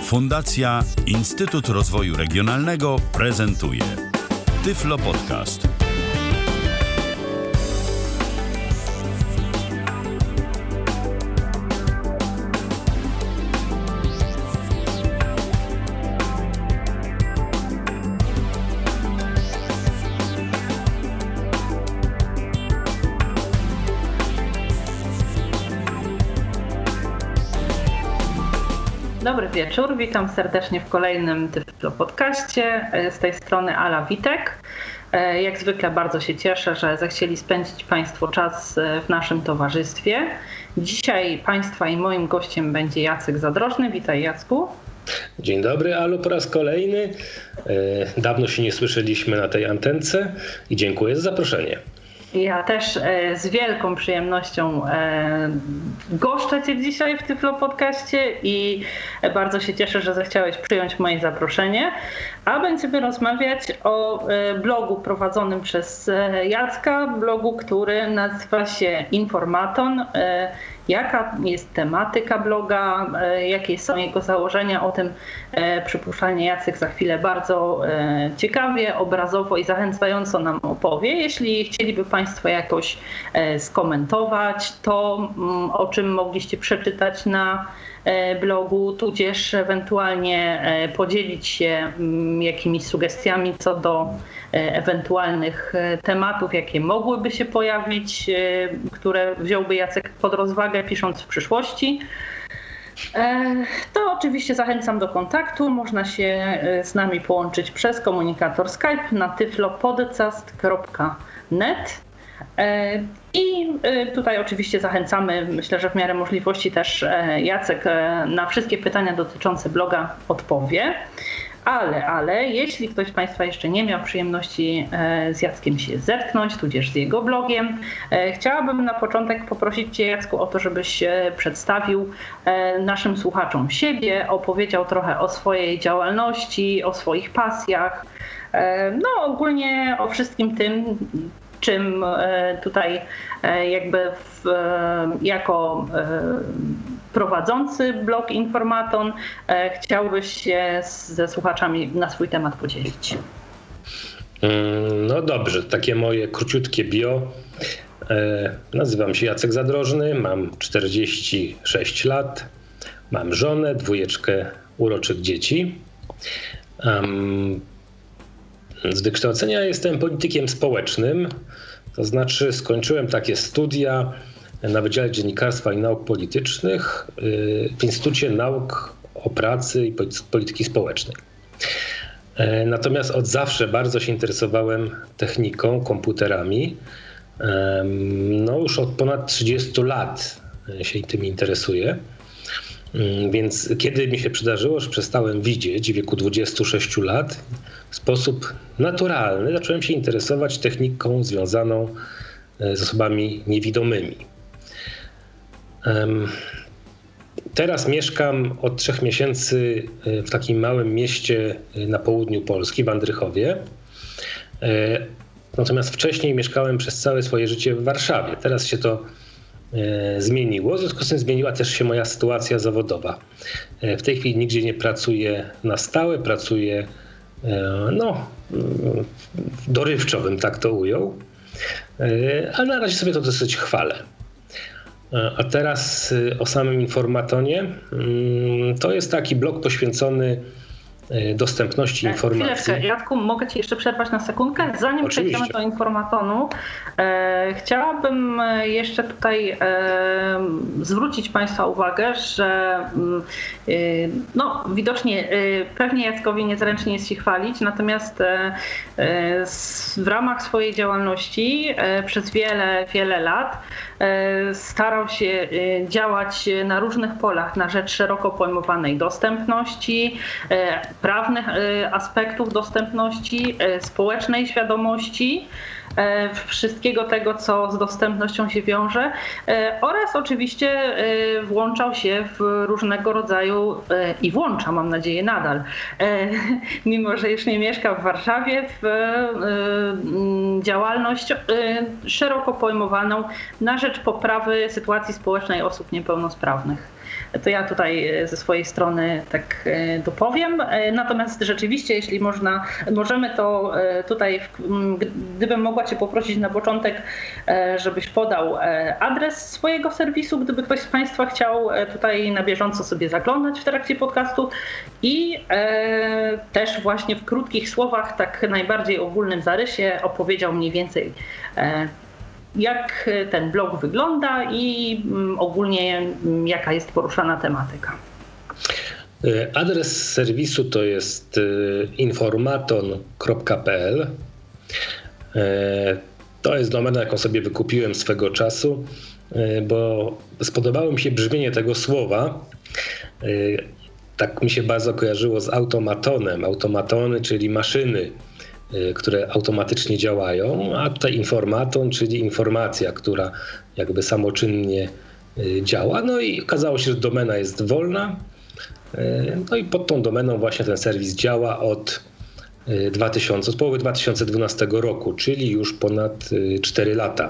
Fundacja Instytut Rozwoju Regionalnego prezentuje Tyflo Podcast. Dobry wieczór, witam serdecznie w kolejnym Tyflo Podcaście. Z tej strony Ala Witek. Jak zwykle bardzo się cieszę, że zechcieli spędzić Państwo czas w naszym towarzystwie. Dzisiaj Państwa i moim gościem będzie Jacek Zadrożny. Witaj, Jacku. Dzień dobry, Alu, po raz kolejny. Dawno się nie słyszeliśmy na tej antence i dziękuję za zaproszenie. Ja też z wielką przyjemnością goszczę Cię dzisiaj w Tyflo Podcaście i bardzo się cieszę, że zechciałeś przyjąć moje zaproszenie. A będziemy rozmawiać o blogu prowadzonym przez Jacka, blogu, który nazywa się Informaton. Jaka jest tematyka bloga, jakie są jego założenia, o tym przypuszczalnie Jacek za chwilę bardzo ciekawie, obrazowo i zachęcająco nam opowie. Jeśli chcieliby Państwo jakoś skomentować to, o czym mogliście przeczytać na blogu, tudzież ewentualnie podzielić się jakimiś sugestiami co do ewentualnych tematów, jakie mogłyby się pojawić, które wziąłby Jacek pod rozwagę, pisząc w przyszłości, to oczywiście zachęcam do kontaktu. Można się z nami połączyć przez komunikator Skype na tyflopodcast.net. I tutaj oczywiście zachęcamy, myślę, że w miarę możliwości też Jacek na wszystkie pytania dotyczące bloga odpowie. Ale jeśli ktoś z Państwa jeszcze nie miał przyjemności z Jackiem się zetknąć, tudzież z jego blogiem, chciałabym na początek poprosić Cię, Jacku, o to, żebyś przedstawił naszym słuchaczom siebie, opowiedział trochę o swojej działalności, o swoich pasjach, no ogólnie o wszystkim tym, czym tutaj jakby jako prowadzący blog Informaton chciałbyś się ze słuchaczami na swój temat podzielić. No dobrze, takie moje króciutkie bio. Nazywam się Jacek Zadrożny, mam 46 lat, mam żonę, 2 uroczych dzieci. Z wykształcenia jestem politykiem społecznym, to znaczy skończyłem takie studia na Wydziale Dziennikarstwa i Nauk Politycznych w Instytucie Nauk o Pracy i Polityki Społecznej. Natomiast od zawsze bardzo się interesowałem techniką, komputerami. No już od ponad 30 lat się tym interesuję. Więc kiedy mi się przydarzyło, że przestałem widzieć w wieku 26 lat, w sposób naturalny zacząłem się interesować techniką związaną z osobami niewidomymi. Teraz mieszkam od 3 miesięcy w takim małym mieście na południu Polski, w Andrychowie. Natomiast wcześniej mieszkałem przez całe swoje życie w Warszawie. Teraz się to zmieniło, w związku z tym zmieniła też się moja sytuacja zawodowa. W tej chwili nigdzie nie pracuję na stałe, pracuję dorywczo bym tak to ujął, ale na razie sobie to dosyć chwalę. A teraz o samym Informatonie. To jest taki blog poświęcony dostępności informacji. Chwileczkę, Jacku, mogę Ci jeszcze przerwać na sekundkę? Zanim przejdziemy do Informatonu, chciałabym jeszcze tutaj zwrócić Państwa uwagę, że widocznie pewnie Jackowi niezręcznie jest się chwalić, natomiast w ramach swojej działalności przez wiele lat starał się działać na różnych polach na rzecz szeroko pojmowanej dostępności, prawnych aspektów dostępności, społecznej świadomości, wszystkiego tego, co z dostępnością się wiąże, oraz oczywiście włączał się w różnego rodzaju i włącza, mam nadzieję, nadal, mimo że już nie mieszka w Warszawie, w działalność szeroko pojmowaną na rzecz poprawy sytuacji społecznej osób niepełnosprawnych. to ja tutaj ze swojej strony tak dopowiem. Natomiast rzeczywiście, jeśli możemy, to tutaj, gdybym mogła Cię poprosić na początek, żebyś podał adres swojego serwisu, gdyby ktoś z Państwa chciał tutaj na bieżąco sobie zaglądać w trakcie podcastu i też właśnie w krótkich słowach, tak najbardziej ogólnym zarysie opowiedział mniej więcej, jak ten blog wygląda i ogólnie jaka jest poruszana tematyka. Adres serwisu to jest informaton.pl. To jest domena, jaką sobie wykupiłem swego czasu, bo spodobało mi się brzmienie tego słowa. Tak mi się bardzo kojarzyło z automatonem. Automatony, czyli maszyny, które automatycznie działają, a tutaj informaton, czyli informacja, która jakby samoczynnie działa. No i okazało się, że domena jest wolna. No i pod tą domeną właśnie ten serwis działa od połowy 2012 roku, czyli już ponad 4 lata.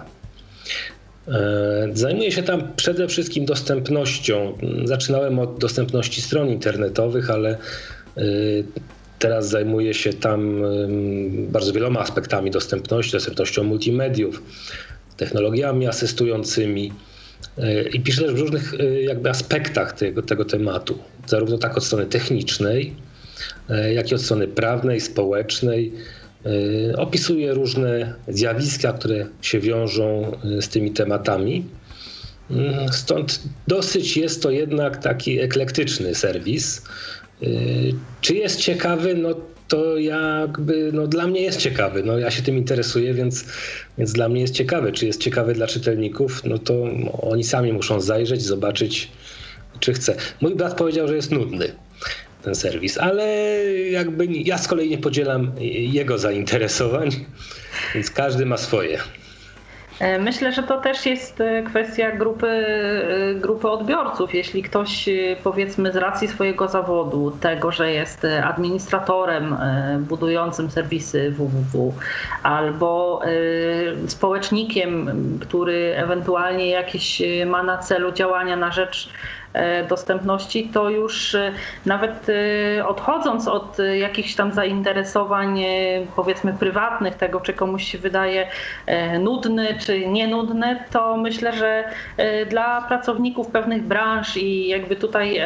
Zajmuję się tam przede wszystkim dostępnością. Zaczynałem od dostępności stron internetowych, ale teraz zajmuję się tam bardzo wieloma aspektami dostępności, dostępnością multimediów, technologiami asystującymi i piszę też w różnych jakby aspektach tego tematu, zarówno tak od strony technicznej, jak i od strony prawnej, społecznej. Opisuję różne zjawiska, które się wiążą z tymi tematami. Stąd dosyć jest to jednak taki eklektyczny serwis. Czy jest ciekawy? No to jakby, dla mnie jest ciekawy. Ja się tym interesuję, więc dla mnie jest ciekawy. Czy jest ciekawy dla czytelników? No to oni sami muszą zajrzeć, zobaczyć, czy chce. Mój brat powiedział, że jest nudny ten serwis, ale jakby ja z kolei nie podzielam jego zainteresowań, więc każdy ma swoje. Myślę, że to też jest kwestia grupy odbiorców. Jeśli ktoś, powiedzmy, z racji swojego zawodu, tego, że jest administratorem budującym serwisy www, albo społecznikiem, który ewentualnie jakieś ma na celu działania na rzecz dostępności, to już nawet odchodząc od jakichś tam zainteresowań, powiedzmy prywatnych, tego czy komuś się wydaje nudny czy nienudny, to myślę, że dla pracowników pewnych branż i jakby tutaj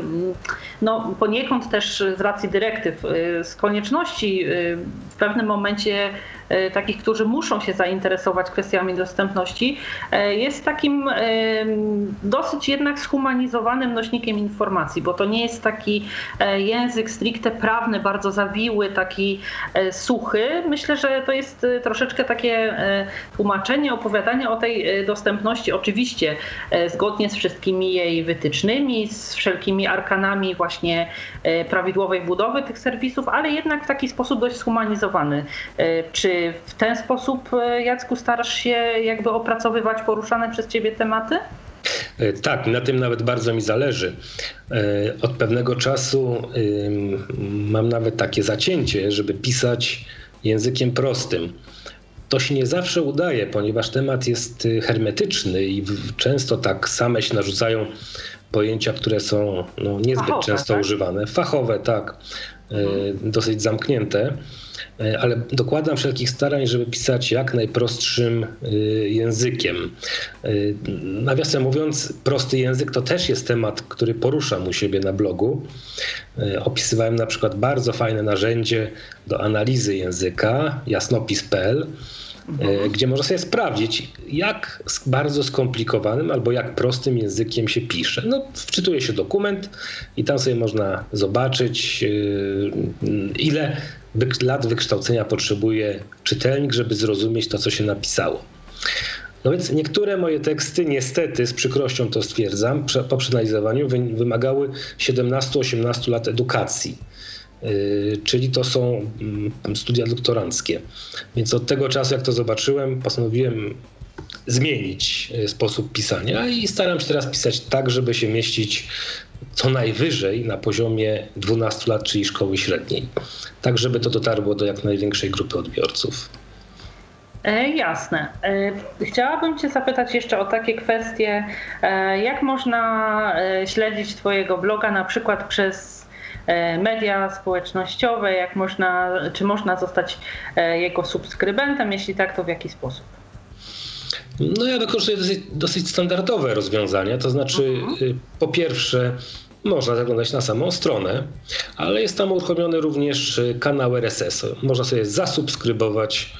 poniekąd też z racji dyrektyw, z konieczności w pewnym momencie takich, którzy muszą się zainteresować kwestiami dostępności, jest takim dosyć jednak zhumanizowanym nośnikiem informacji, bo to nie jest taki język stricte prawny, bardzo zawiły, taki suchy. Myślę, że to jest troszeczkę takie tłumaczenie, opowiadanie o tej dostępności, oczywiście zgodnie z wszystkimi jej wytycznymi, z wszelkimi arkanami właśnie prawidłowej budowy tych serwisów, ale jednak w taki sposób dość zhumanizowany. Czy w ten sposób, Jacku, starasz się jakby opracowywać poruszane przez Ciebie tematy? Tak, na tym nawet bardzo mi zależy. Od pewnego czasu mam nawet takie zacięcie, żeby pisać językiem prostym. To się nie zawsze udaje, ponieważ temat jest hermetyczny i często tak same się narzucają pojęcia, które są niezbyt fachowe, często używane. Fachowe, tak, dosyć zamknięte. Ale dokładam wszelkich starań, żeby pisać jak najprostszym językiem. Nawiasem mówiąc, prosty język to też jest temat, który poruszam u siebie na blogu. Opisywałem na przykład bardzo fajne narzędzie do analizy języka, jasnopis.pl, gdzie można sobie sprawdzić, jak bardzo skomplikowanym albo jak prostym językiem się pisze. Wczytuje się dokument i tam sobie można zobaczyć, ile lat wykształcenia potrzebuje czytelnik, żeby zrozumieć to, co się napisało. Więc niektóre moje teksty, niestety, z przykrością to stwierdzam, po przeanalizowaniu wymagały 17-18 lat edukacji. Czyli to są studia doktoranckie. Więc od tego czasu, jak to zobaczyłem, postanowiłem zmienić sposób pisania i staram się teraz pisać tak, żeby się mieścić co najwyżej na poziomie 12 lat, czyli szkoły średniej. Tak, żeby to dotarło do jak największej grupy odbiorców. Jasne. Chciałabym Cię zapytać jeszcze o takie kwestie, jak można śledzić Twojego bloga na przykład przez media społecznościowe, czy można zostać jego subskrybentem, jeśli tak, to w jaki sposób? No ja wykorzystuję dosyć standardowe rozwiązania, to znaczy po pierwsze można zaglądać na samą stronę, ale jest tam uruchomiony również kanał RSS. Można sobie zasubskrybować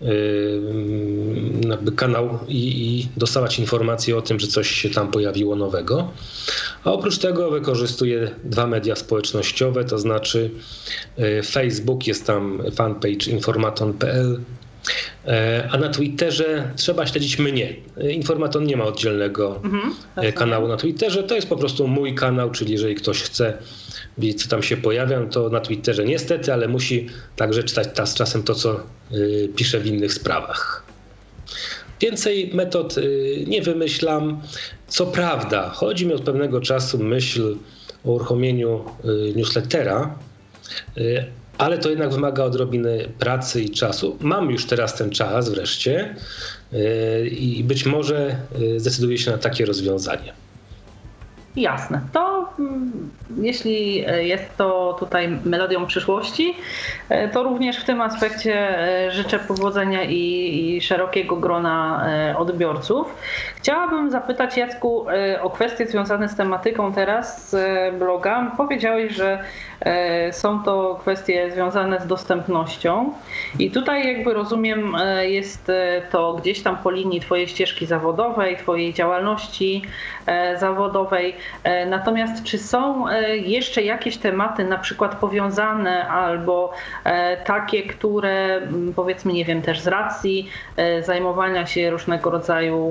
kanał i dostawać informacje o tym, że coś się tam pojawiło nowego. A oprócz tego wykorzystuję 2 media społecznościowe, to znaczy Facebook, jest tam fanpage informaton.pl, a na Twitterze trzeba śledzić mnie. Informaton nie ma oddzielnego kanału na Twitterze, to jest po prostu mój kanał, czyli jeżeli ktoś chce wiedzieć, co tam się pojawia, to na Twitterze niestety, ale musi także czytać z czasem to, co piszę w innych sprawach. Więcej metod nie wymyślam. Co prawda, chodzi mi od pewnego czasu myśl o uruchomieniu newslettera, ale to jednak wymaga odrobiny pracy i czasu. Mam już teraz ten czas wreszcie i być może zdecyduję się na takie rozwiązanie. Jasne. To jeśli jest to tutaj melodią przyszłości, to również w tym aspekcie życzę powodzenia i szerokiego grona odbiorców. Chciałabym zapytać, Jacku, o kwestie związane z tematyką teraz bloga. Powiedziałeś, że są to kwestie związane z dostępnością i tutaj jakby rozumiem, jest to gdzieś tam po linii Twojej ścieżki zawodowej, Twojej działalności zawodowej. Natomiast czy są jeszcze jakieś tematy na przykład powiązane albo takie, które powiedzmy, nie wiem, też z racji zajmowania się różnego rodzaju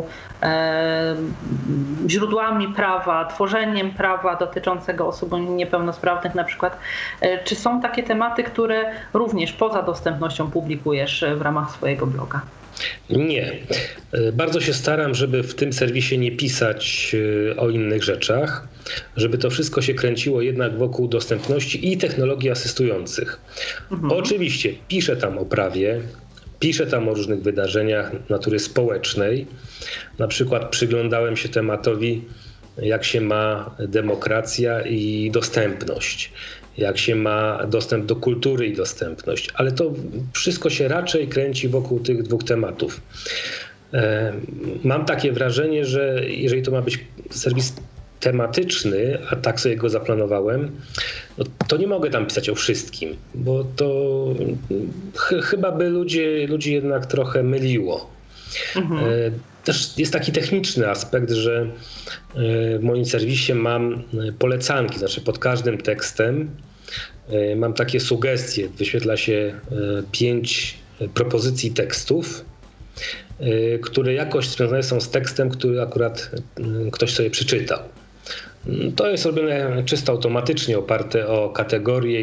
źródłami prawa, tworzeniem prawa dotyczącego osób niepełnosprawnych na przykład, czy są takie tematy, które również poza dostępnością publikujesz w ramach swojego bloga? Nie. Bardzo się staram, żeby w tym serwisie nie pisać o innych rzeczach, żeby to wszystko się kręciło jednak wokół dostępności i technologii asystujących. Oczywiście piszę tam o prawie, piszę tam o różnych wydarzeniach natury społecznej. Na przykład przyglądałem się tematowi, jak się ma demokracja i dostępność, jak się ma dostęp do kultury i dostępność, ale to wszystko się raczej kręci wokół tych 2 tematów. Mam takie wrażenie, że jeżeli to ma być serwis tematyczny, a tak sobie go zaplanowałem, no to nie mogę tam pisać o wszystkim, bo to chyba by ludzi jednak trochę myliło. Też jest taki techniczny aspekt, że w moim serwisie mam polecanki, znaczy pod każdym tekstem mam takie sugestie. Wyświetla się 5 propozycji tekstów, które jakoś związane są z tekstem, który akurat ktoś sobie przeczytał. To jest robione czysto automatycznie, oparte o kategorie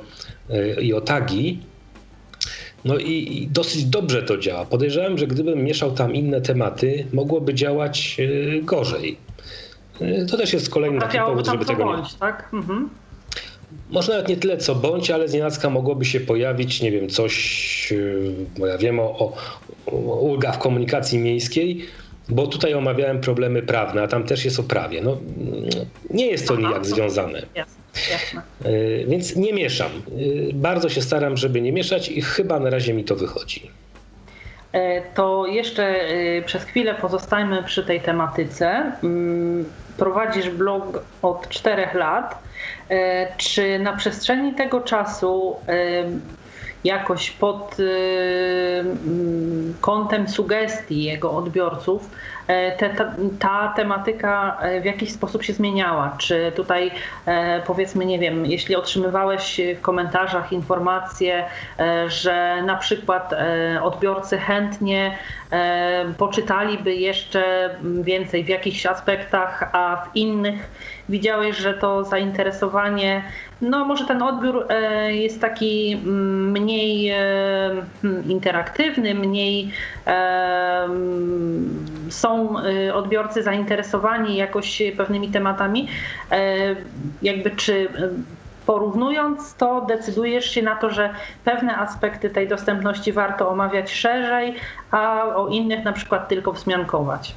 i o tagi. No i dosyć dobrze to działa. Podejrzewam, że gdybym mieszał tam inne tematy, mogłoby działać gorzej. To też jest kolejny taki powód, żeby tego nie... tak? Może nawet nie tyle co bądź, ale znienacka mogłoby się pojawić, nie wiem, coś, bo ja wiem o ulgach w komunikacji miejskiej, bo tutaj omawiałem problemy prawne, a tam też jest o prawie. No, nie jest to nijak związane. Jasne. Więc nie mieszam. Bardzo się staram, żeby nie mieszać i chyba na razie mi to wychodzi. To jeszcze przez chwilę pozostajmy przy tej tematyce. Prowadzisz blog od 4 lat. Czy na przestrzeni tego czasu jakoś pod kątem sugestii jego odbiorców ta tematyka w jakiś sposób się zmieniała? Czy tutaj powiedzmy, nie wiem, jeśli otrzymywałeś w komentarzach informacje, że na przykład odbiorcy chętnie poczytaliby jeszcze więcej w jakichś aspektach, a w innych widziałeś, że to zainteresowanie, no może ten odbiór jest taki mniej interaktywny, mniej są odbiorcy zainteresowani jakoś pewnymi tematami, jakby czy porównując to decydujesz się na to, że pewne aspekty tej dostępności warto omawiać szerzej, a o innych na przykład tylko wzmiankować?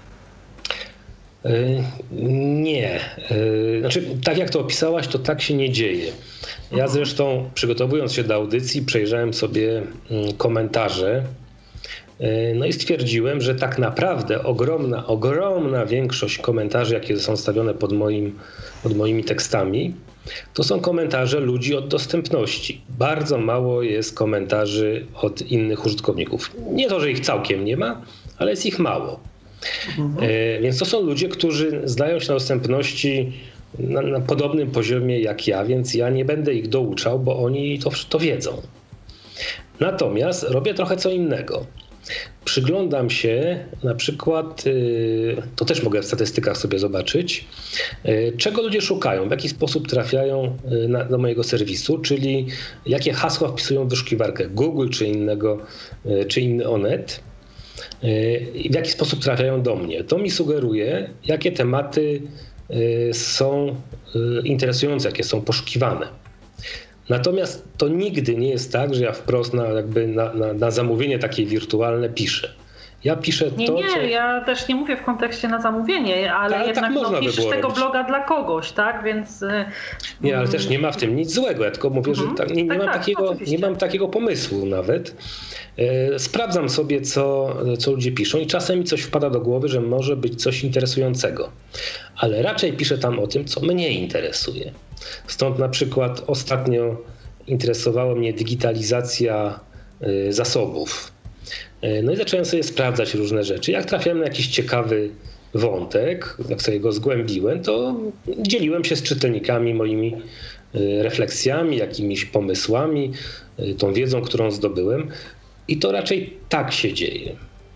Nie. Znaczy, tak jak to opisałaś, to tak się nie dzieje. Ja zresztą, przygotowując się do audycji, przejrzałem sobie komentarze, no i stwierdziłem, że tak naprawdę ogromna większość komentarzy, jakie są stawione pod moimi tekstami, to są komentarze ludzi od dostępności. Bardzo mało jest komentarzy od innych użytkowników. Nie to, że ich całkiem nie ma, ale jest ich mało. Więc to są ludzie, którzy znają się na dostępności na podobnym poziomie jak ja, więc ja nie będę ich douczał, bo oni to wiedzą. Natomiast robię trochę co innego. Przyglądam się na przykład, to też mogę w statystykach sobie zobaczyć, czego ludzie szukają, w jaki sposób trafiają do mojego serwisu, czyli jakie hasła wpisują w wyszukiwarkę Google czy inny Onet i w jaki sposób trafiają do mnie. To mi sugeruje, jakie tematy są interesujące, jakie są poszukiwane. Natomiast to nigdy nie jest tak, że ja wprost na zamówienie takie wirtualne piszę. Ja piszę ja też nie mówię w kontekście na zamówienie, ale jednak tak piszesz tego bloga dla kogoś, tak? Więc... Nie, ale też nie ma w tym nic złego. Ja tylko mówię, że nie mam takiego pomysłu nawet. Sprawdzam sobie, co ludzie piszą i czasem mi coś wpada do głowy, że może być coś interesującego. Ale raczej piszę tam o tym, co mnie interesuje. Stąd na przykład ostatnio interesowała mnie digitalizacja zasobów. No i zacząłem sobie sprawdzać różne rzeczy. Jak trafiałem na jakiś ciekawy wątek, jak sobie go zgłębiłem, to dzieliłem się z czytelnikami moimi refleksjami, jakimiś pomysłami, tą wiedzą, którą zdobyłem. I to raczej tak się dzieje.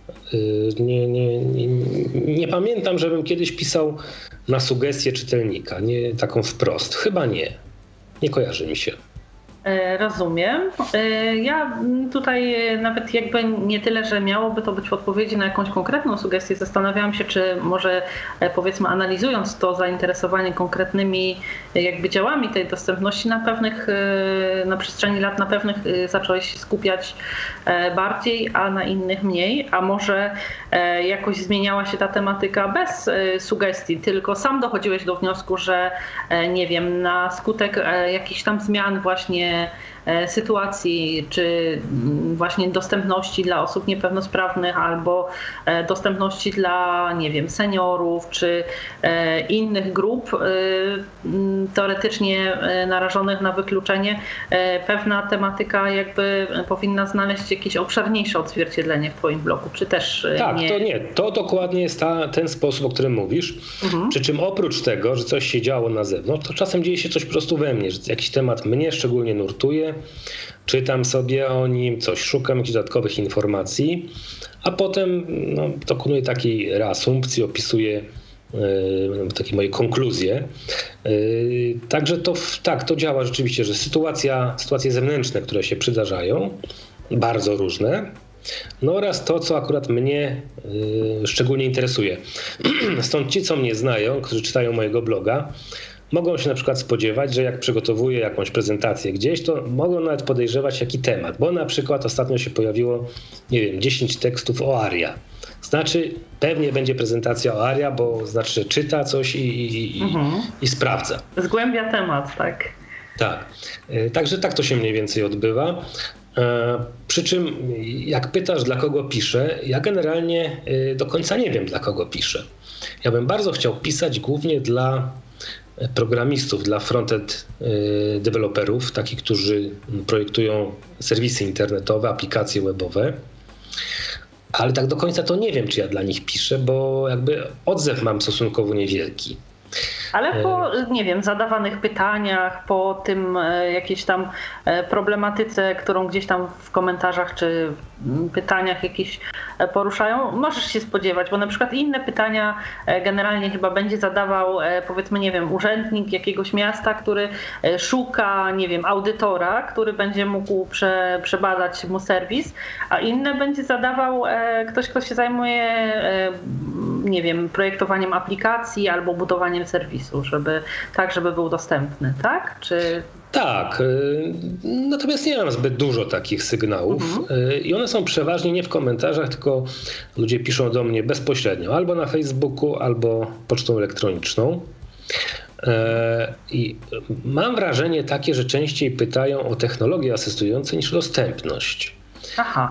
Nie pamiętam, żebym kiedyś pisał na sugestię czytelnika, nie taką wprost. Chyba nie. Nie kojarzy mi się. Rozumiem. Ja tutaj nawet jakby nie tyle, że miałoby to być w odpowiedzi na jakąś konkretną sugestię, zastanawiałam się, czy może powiedzmy analizując to zainteresowanie konkretnymi jakby działami tej dostępności na przestrzeni lat na pewnych zacząłeś się skupiać bardziej, a na innych mniej, a może jakoś zmieniała się ta tematyka bez sugestii, tylko sam dochodziłeś do wniosku, że nie wiem, na skutek jakichś tam zmian właśnie sytuacji, czy właśnie dostępności dla osób niepełnosprawnych albo dostępności dla, nie wiem, seniorów, czy innych grup teoretycznie narażonych na wykluczenie, pewna tematyka jakby powinna znaleźć jakieś obszerniejsze odzwierciedlenie w twoim blogu, czy też tak, nie? To dokładnie jest ten sposób, o którym mówisz. Przy czym oprócz tego, że coś się działo na zewnątrz, to czasem dzieje się coś po prostu we mnie, że jakiś temat mnie szczególnie nurtuje, czytam sobie o nim, coś szukam, jakichś dodatkowych informacji, a potem dokonuję takiej reasumpcji, opisuję takie moje konkluzje. Także to działa rzeczywiście, że sytuacje zewnętrzne, które się przydarzają, bardzo różne, no oraz to, co akurat mnie szczególnie interesuje. Stąd ci, co mnie znają, którzy czytają mojego bloga, mogą się na przykład spodziewać, że jak przygotowuję jakąś prezentację gdzieś, to mogą nawet podejrzewać jaki temat, bo na przykład ostatnio się pojawiło, 10 tekstów o Aria. Znaczy pewnie będzie prezentacja o Aria, bo znaczy, że czyta coś i sprawdza. Zgłębia temat, tak. Tak. Także tak to się mniej więcej odbywa. Przy czym jak pytasz, dla kogo piszę, ja generalnie do końca nie wiem, dla kogo piszę. Ja bym bardzo chciał pisać głównie dla programistów, dla front-end deweloperów, takich, którzy projektują serwisy internetowe, aplikacje webowe. Ale tak do końca to nie wiem, czy ja dla nich piszę, bo jakby odzew mam stosunkowo niewielki. Ale po, nie wiem, zadawanych pytaniach, po tym jakiejś tam problematyce, którą gdzieś tam w komentarzach czy pytaniach jakieś poruszają, możesz się spodziewać, bo na przykład inne pytania generalnie chyba będzie zadawał, powiedzmy, nie wiem, urzędnik jakiegoś miasta, który szuka, nie wiem, audytora, który będzie mógł przebadać mu serwis, a inne będzie zadawał ktoś, kto się zajmuje, nie wiem, projektowaniem aplikacji albo budowaniem serwisu, żeby był dostępny, tak? Tak, natomiast nie mam zbyt dużo takich sygnałów i one są przeważnie nie w komentarzach, tylko ludzie piszą do mnie bezpośrednio, albo na Facebooku, albo pocztą elektroniczną. I mam wrażenie takie, że częściej pytają o technologie asystujące niż o dostępność. Aha.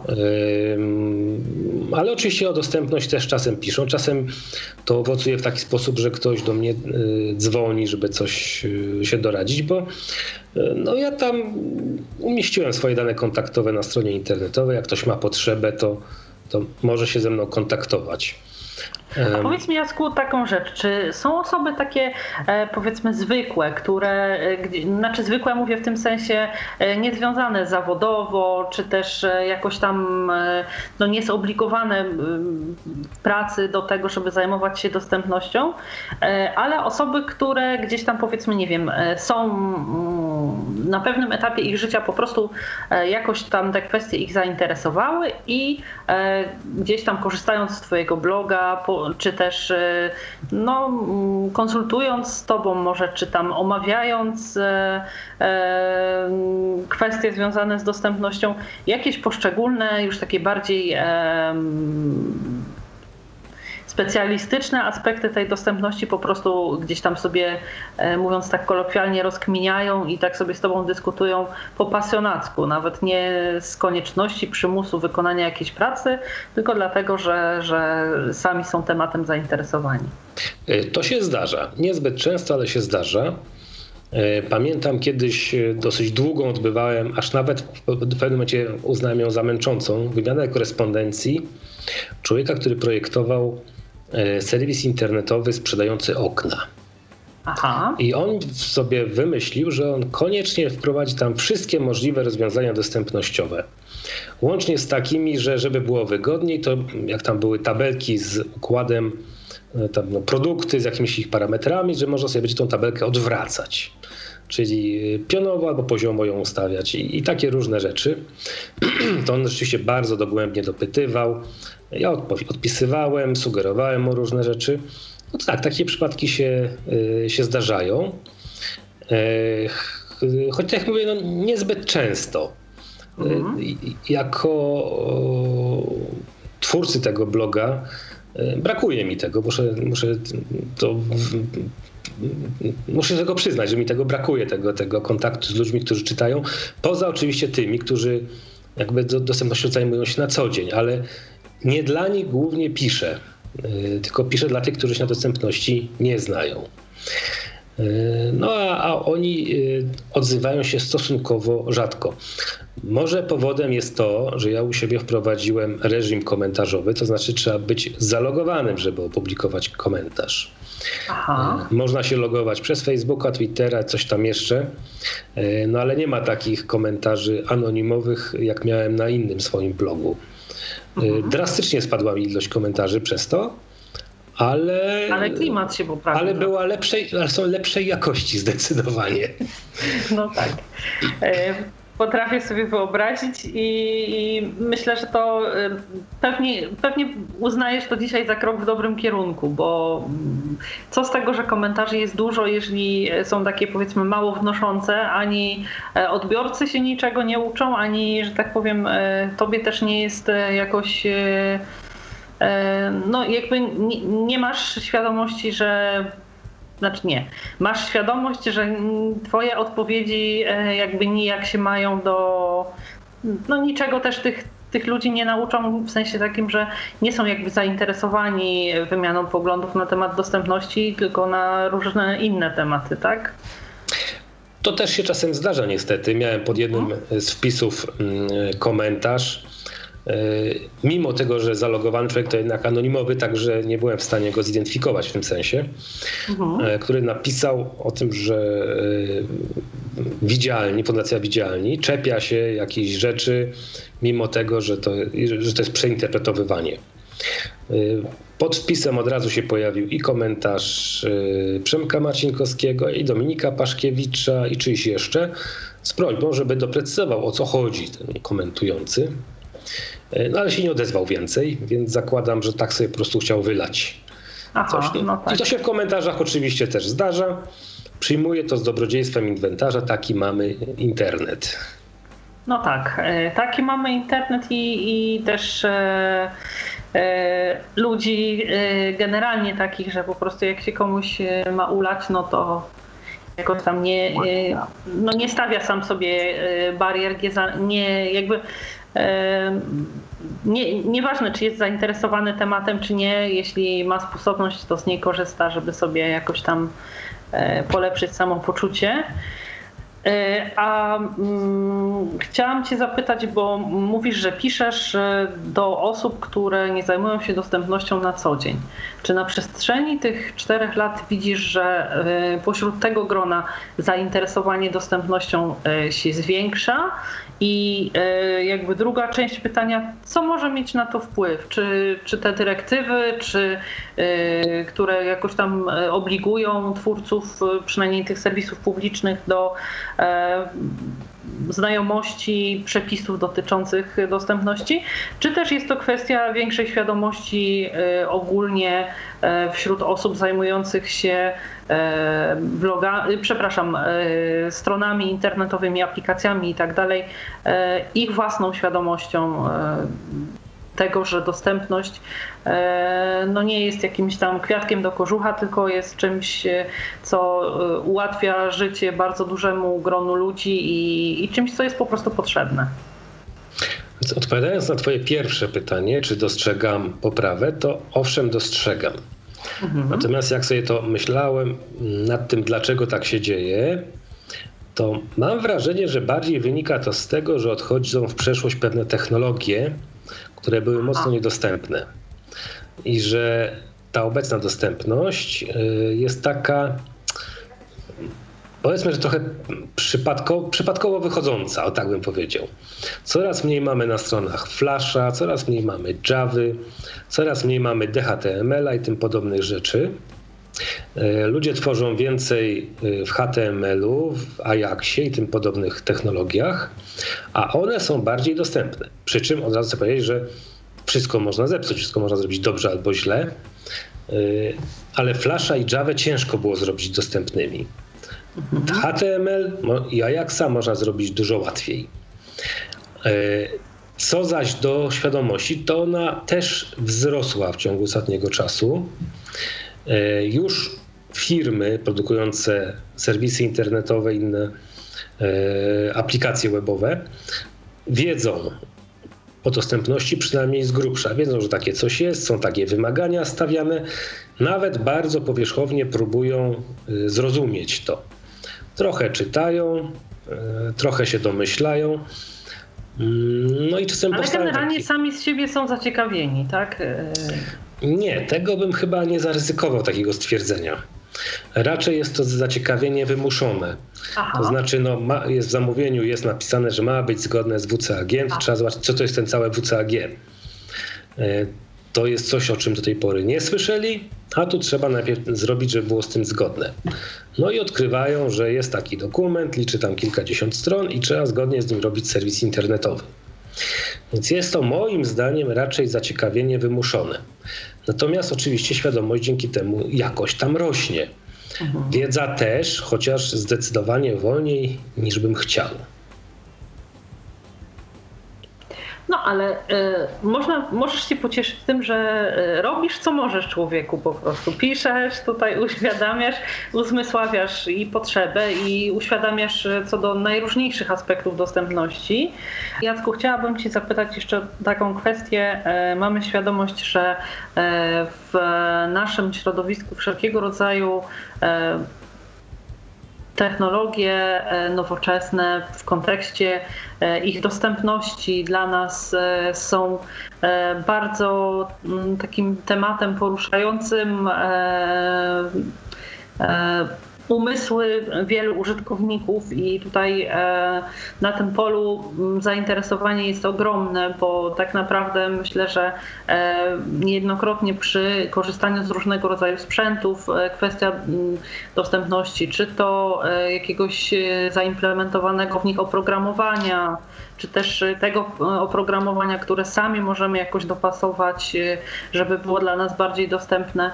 Ale oczywiście o dostępność też czasem piszą. Czasem to owocuje w taki sposób, że ktoś do mnie dzwoni, żeby coś się doradzić, bo no ja tam umieściłem swoje dane kontaktowe na stronie internetowej. Jak ktoś ma potrzebę, to może się ze mną kontaktować. A powiedz mi, Jacku, taką rzecz, czy są osoby takie, powiedzmy, zwykłe, znaczy zwykłe mówię w tym sensie niezwiązane zawodowo, czy też jakoś tam nie zobligowane w pracy do tego, żeby zajmować się dostępnością, ale osoby, które gdzieś tam, powiedzmy, nie wiem, są na pewnym etapie ich życia, po prostu jakoś tam te kwestie ich zainteresowały i gdzieś tam korzystając z twojego bloga, czy też konsultując z tobą, może czy tam omawiając kwestie związane z dostępnością, jakieś poszczególne, już takie bardziej specjalistyczne aspekty tej dostępności po prostu gdzieś tam sobie, mówiąc tak kolokwialnie, rozkminiają i tak sobie z tobą dyskutują po pasjonacku, nawet nie z konieczności, przymusu wykonania jakiejś pracy, tylko dlatego, że sami są tematem zainteresowani. To się zdarza. Niezbyt często, ale się zdarza. Pamiętam kiedyś dosyć długą odbywałem, aż nawet w pewnym momencie uznałem ją za męczącą, wymianę korespondencji człowieka, który projektował serwis internetowy sprzedający okna. Aha. I on sobie wymyślił, że on koniecznie wprowadzi tam wszystkie możliwe rozwiązania dostępnościowe. Łącznie z takimi, że żeby było wygodniej, to jak tam były tabelki z układem, tam produkty z jakimiś ich parametrami, że można sobie będzie tą tabelkę odwracać. Czyli pionowo albo poziomo ją ustawiać i takie różne rzeczy. To on rzeczywiście bardzo dogłębnie dopytywał. Ja odpisywałem, sugerowałem mu różne rzeczy. No tak, takie przypadki się zdarzają. Choć jak mówię, niezbyt często. Jako twórcy tego bloga brakuje mi tego. Muszę tego przyznać, że mi tego brakuje, tego kontaktu z ludźmi, którzy czytają. Poza oczywiście tymi, którzy jakby dostępnością zajmują się na co dzień, ale nie dla nich głównie piszę, tylko piszę dla tych, którzy się na dostępności nie znają. No a oni odzywają się stosunkowo rzadko. Może powodem jest to, że ja u siebie wprowadziłem reżim komentarzowy, to znaczy trzeba być zalogowanym, żeby opublikować komentarz. Aha. Można się logować przez Facebooka, Twittera, coś tam jeszcze, no ale nie ma takich komentarzy anonimowych, jak miałem na innym swoim blogu. Drastycznie spadła mi ilość komentarzy przez to, ale klimat się poprawił. Ale są lepszej jakości zdecydowanie. No tak. Potrafię sobie wyobrazić i myślę, że to pewnie uznajesz to dzisiaj za krok w dobrym kierunku, bo co z tego, że komentarzy jest dużo, jeżeli są takie, powiedzmy, mało wnoszące, ani odbiorcy się niczego nie uczą, ani, że tak powiem, tobie też nie jest jakoś, jakby nie masz świadomości, masz świadomość, że twoje odpowiedzi jakby nijak się mają do niczego też tych ludzi nie nauczą, w sensie takim, że nie są jakby zainteresowani wymianą poglądów na temat dostępności, tylko na różne inne tematy, tak? To też się czasem zdarza niestety. Miałem pod jednym z wpisów komentarz. Mimo tego, że zalogowany człowiek to jednak anonimowy, także nie byłem w stanie go zidentyfikować w tym sensie, który napisał o tym, że Fundacja Widzialni czepia się jakichś rzeczy, mimo tego, że to jest przeinterpretowywanie. Pod wpisem od razu się pojawił i komentarz Przemka Marcinkowskiego, i Dominika Paszkiewicza, i czyjś jeszcze, z prośbą, żeby doprecyzował, o co chodzi ten komentujący. No ale się nie odezwał więcej, więc zakładam, że tak sobie po prostu chciał wylać Aha, no tak. I to się w komentarzach oczywiście też zdarza. Przyjmuję to z dobrodziejstwem inwentarza, taki mamy internet. No tak, taki mamy internet i też ludzi generalnie takich, że po prostu jak się komuś ma ulać, no to jakoś tam nie stawia sam sobie barier, nieważne, czy jest zainteresowany tematem, czy nie, jeśli ma sposobność, to z niej korzysta, żeby sobie jakoś tam polepszyć samopoczucie. Chciałam cię zapytać, bo mówisz, że piszesz do osób, które nie zajmują się dostępnością na co dzień. Czy na przestrzeni tych 4 lat widzisz, że pośród tego grona zainteresowanie dostępnością się zwiększa? I jakby druga część pytania, co może mieć na to wpływ? Czy te dyrektywy, które jakoś tam obligują twórców, przynajmniej tych serwisów publicznych, do znajomości przepisów dotyczących dostępności, czy też jest to kwestia większej świadomości ogólnie wśród osób zajmujących się stronami internetowymi, aplikacjami i tak dalej, ich własną świadomością tego, że dostępność nie jest jakimś tam kwiatkiem do kożucha, tylko jest czymś, co ułatwia życie bardzo dużemu gronu ludzi i czymś, co jest po prostu potrzebne. Odpowiadając na twoje pierwsze pytanie, czy dostrzegam poprawę, to owszem, dostrzegam. Natomiast jak sobie to myślałem nad tym, dlaczego tak się dzieje, to mam wrażenie, że bardziej wynika to z tego, że odchodzą w przeszłość pewne technologie, które były mocno niedostępne. I że ta obecna dostępność jest taka, powiedzmy, że trochę przypadkowo wychodząca, o tak bym powiedział. Coraz mniej mamy na stronach Flasha, coraz mniej mamy Javy, coraz mniej mamy DHTML-a i tym podobnych rzeczy. Ludzie tworzą więcej w HTML-u, w Ajaxie i tym podobnych technologiach, a one są bardziej dostępne. Przy czym od razu chcę powiedzieć, że wszystko można zepsuć, wszystko można zrobić dobrze albo źle, ale Flasha i Javę ciężko było zrobić dostępnymi. HTML i Ajaxa można zrobić dużo łatwiej. Co zaś do świadomości, to ona też wzrosła w ciągu ostatniego czasu. Już firmy produkujące serwisy internetowe i inne aplikacje webowe wiedzą o dostępności przynajmniej z grubsza. Wiedzą, że takie coś jest, są takie wymagania stawiane. Nawet bardzo powierzchownie próbują zrozumieć to. Trochę czytają, trochę się domyślają. No i czasem ale generalnie sami z siebie są zaciekawieni, tak? Nie, tego bym chyba nie zaryzykował, takiego stwierdzenia. Raczej jest to zaciekawienie wymuszone. Aha. To znaczy, jest w zamówieniu, jest napisane, że ma być zgodne z WCAG, to trzeba zobaczyć, co to jest ten cały WCAG. To jest coś, o czym do tej pory nie słyszeli, a tu trzeba najpierw zrobić, żeby było z tym zgodne. No i odkrywają, że jest taki dokument, liczy tam kilkadziesiąt stron i trzeba zgodnie z nim robić serwis internetowy. Więc jest to moim zdaniem raczej zaciekawienie wymuszone. Natomiast oczywiście świadomość dzięki temu jakoś tam rośnie. Wiedza też, chociaż zdecydowanie wolniej niż bym chciał. No ale możesz się pocieszyć tym, że robisz co możesz, człowieku, po prostu. Piszesz, tutaj uświadamiasz, uzmysławiasz i potrzebę i uświadamiasz co do najróżniejszych aspektów dostępności. Jacku, chciałabym cię zapytać jeszcze taką kwestię. Mamy świadomość, że w naszym środowisku wszelkiego rodzaju technologie nowoczesne w kontekście ich dostępności dla nas są bardzo takim tematem poruszającym umysły wielu użytkowników i tutaj na tym polu zainteresowanie jest ogromne, bo tak naprawdę myślę, że niejednokrotnie przy korzystaniu z różnego rodzaju sprzętów kwestia dostępności, czy to jakiegoś zaimplementowanego w nich oprogramowania, czy też tego oprogramowania, które sami możemy jakoś dopasować, żeby było dla nas bardziej dostępne,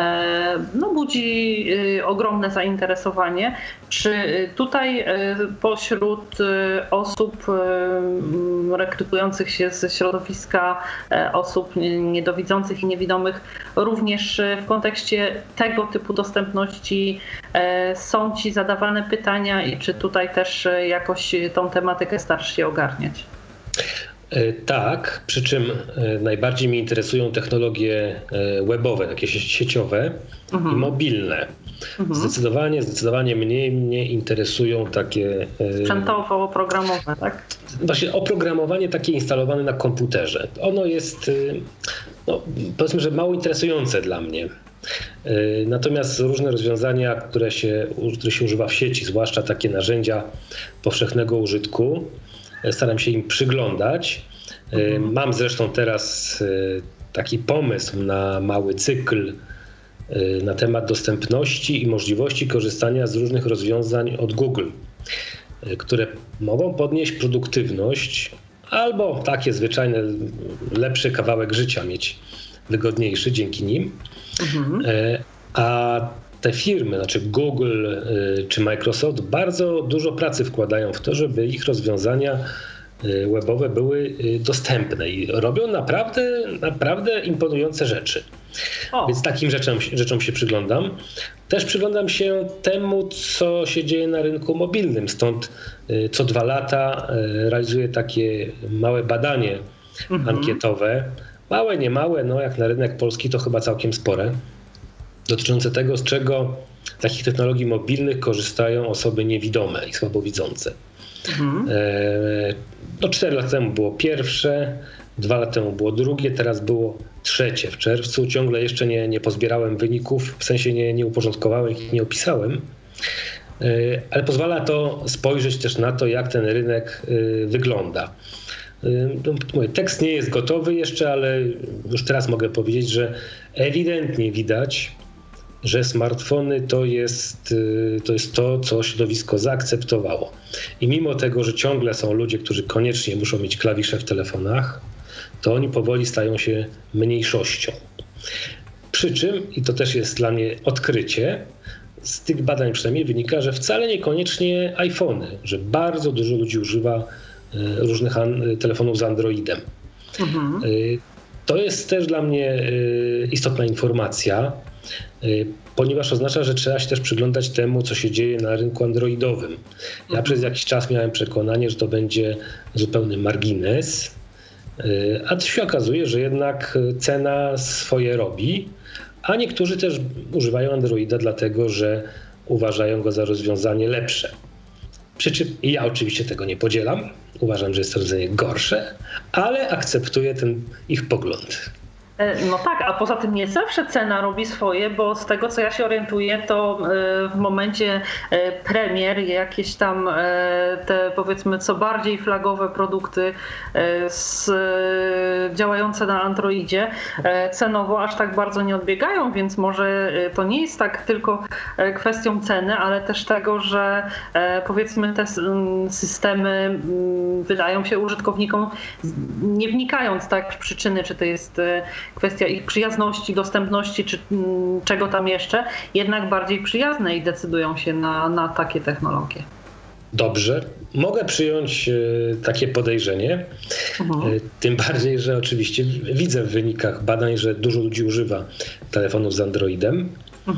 budzi ogromne zainteresowanie. Czy tutaj pośród osób rekrutujących się ze środowiska osób niedowidzących i niewidomych również w kontekście tego typu dostępności są Ci zadawane pytania i czy tutaj też jakoś tą tematykę starasz się ogarniać? Tak, przy czym najbardziej mnie interesują technologie webowe, takie sieciowe i mobilne. Zdecydowanie mniej mnie interesują takie... Sprzętowo-oprogramowe, tak? Właśnie oprogramowanie takie instalowane na komputerze. Ono jest, powiedzmy, że mało interesujące dla mnie. Natomiast różne rozwiązania, które się używa w sieci, zwłaszcza takie narzędzia powszechnego użytku, staram się im przyglądać. Mam zresztą teraz taki pomysł na mały cykl na temat dostępności i możliwości korzystania z różnych rozwiązań od Google, które mogą podnieść produktywność albo takie zwyczajne, lepszy kawałek życia mieć, wygodniejszy dzięki nim. A te firmy, znaczy Google czy Microsoft, bardzo dużo pracy wkładają w to, żeby ich rozwiązania webowe były dostępne i robią naprawdę imponujące rzeczy. Więc takim rzeczom się przyglądam. Też przyglądam się temu, co się dzieje na rynku mobilnym. Stąd co 2 lata realizuję takie małe badanie ankietowe. Małe, nie małe, jak na rynek polski to chyba całkiem spore. Dotyczące tego, z czego takich technologii mobilnych korzystają osoby niewidome i słabowidzące. 4 lata temu było pierwsze, 2 lata temu było drugie, teraz było trzecie w czerwcu. Ciągle jeszcze nie pozbierałem wyników, w sensie nie uporządkowałem ich, nie opisałem, ale pozwala to spojrzeć też na to, jak ten rynek wygląda. Tekst nie jest gotowy jeszcze, ale już teraz mogę powiedzieć, że ewidentnie widać, że smartfony to jest to, co środowisko zaakceptowało. I mimo tego, że ciągle są ludzie, którzy koniecznie muszą mieć klawisze w telefonach, to oni powoli stają się mniejszością. Przy czym, i to też jest dla mnie odkrycie, z tych badań przynajmniej wynika, że wcale niekoniecznie iPhony, że bardzo dużo ludzi używa różnych telefonów z Androidem. To jest też dla mnie istotna informacja, ponieważ oznacza, że trzeba się też przyglądać temu, co się dzieje na rynku androidowym. Ja przez jakiś czas miałem przekonanie, że to będzie zupełny margines, a to się okazuje, że jednak cena swoje robi, a niektórzy też używają Androida dlatego, że uważają go za rozwiązanie lepsze. Przy czym ja oczywiście tego nie podzielam, uważam, że jest to rozwiązanie gorsze, ale akceptuję ten ich pogląd. No tak, a poza tym nie zawsze cena robi swoje, bo z tego, co ja się orientuję, to w momencie premier jakieś tam te, powiedzmy, co bardziej flagowe produkty działające na Androidzie cenowo aż tak bardzo nie odbiegają, więc może to nie jest tak tylko kwestią ceny, ale też tego, że powiedzmy te systemy wydają się użytkownikom, nie wnikając tak w przyczyny, czy to jest kwestia ich przyjazności, dostępności, czy czego tam jeszcze, jednak bardziej przyjazne i decydują się na takie technologie. Dobrze, mogę przyjąć takie podejrzenie, tym bardziej, że oczywiście widzę w wynikach badań, że dużo ludzi używa telefonów z Androidem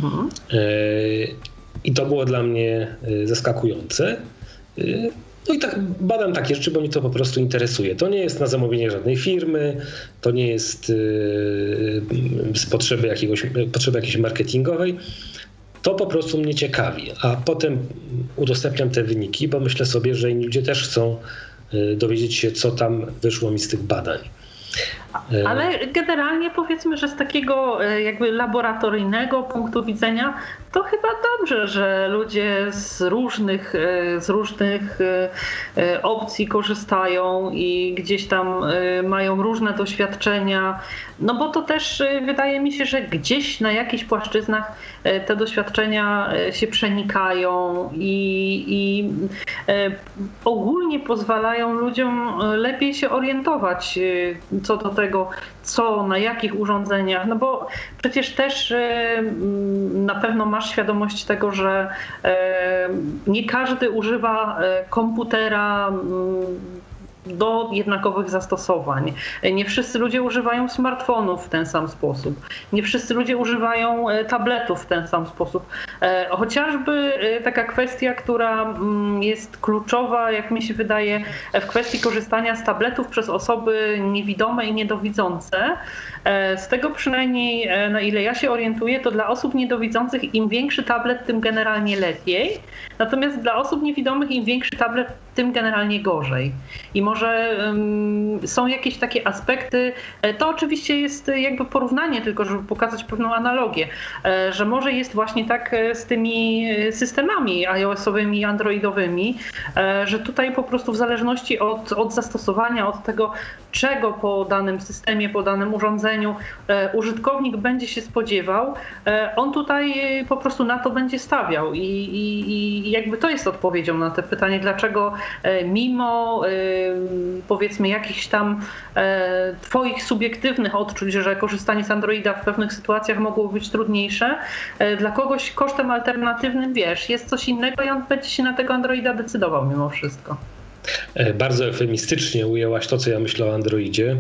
i to było dla mnie zaskakujące. No i tak badam takie rzeczy, bo mnie to po prostu interesuje. To nie jest na zamówienie żadnej firmy, to nie jest z potrzeby jakiejś marketingowej. To po prostu mnie ciekawi, a potem udostępniam te wyniki, bo myślę sobie, że inni ludzie też chcą dowiedzieć się, co tam wyszło mi z tych badań. Ale generalnie powiedzmy, że z takiego jakby laboratoryjnego punktu widzenia to chyba dobrze, że ludzie z różnych opcji korzystają i gdzieś tam mają różne doświadczenia, no bo to też wydaje mi się, że gdzieś na jakichś płaszczyznach te doświadczenia się przenikają i ogólnie pozwalają ludziom lepiej się orientować co do tego, co, na jakich urządzeniach, no bo przecież też na pewno masz świadomość tego, że nie każdy używa komputera do jednakowych zastosowań. Nie wszyscy ludzie używają smartfonów w ten sam sposób. Nie wszyscy ludzie używają tabletów w ten sam sposób. Chociażby taka kwestia, która jest kluczowa, jak mi się wydaje, w kwestii korzystania z tabletów przez osoby niewidome i niedowidzące. Z tego przynajmniej, na ile ja się orientuję, to dla osób niedowidzących im większy tablet, tym generalnie lepiej. Natomiast dla osób niewidomych im większy tablet, tym generalnie gorzej. I może są jakieś takie aspekty, to oczywiście jest jakby porównanie tylko, żeby pokazać pewną analogię, że może jest właśnie tak z tymi systemami iOS-owymi i androidowymi, że tutaj po prostu w zależności od zastosowania, od tego, czego po danym systemie, po danym urządzeniu użytkownik będzie się spodziewał, on tutaj po prostu na to będzie stawiał i jakby to jest odpowiedzią na te pytanie, dlaczego mimo powiedzmy jakichś tam twoich subiektywnych odczuć, że korzystanie z Androida w pewnych sytuacjach mogło być trudniejsze, dla kogoś kosztem alternatywnym, wiesz, jest coś innego i on będzie się na tego Androida decydował mimo wszystko. Bardzo eufemistycznie ujęłaś to, co ja myślę o Androidzie.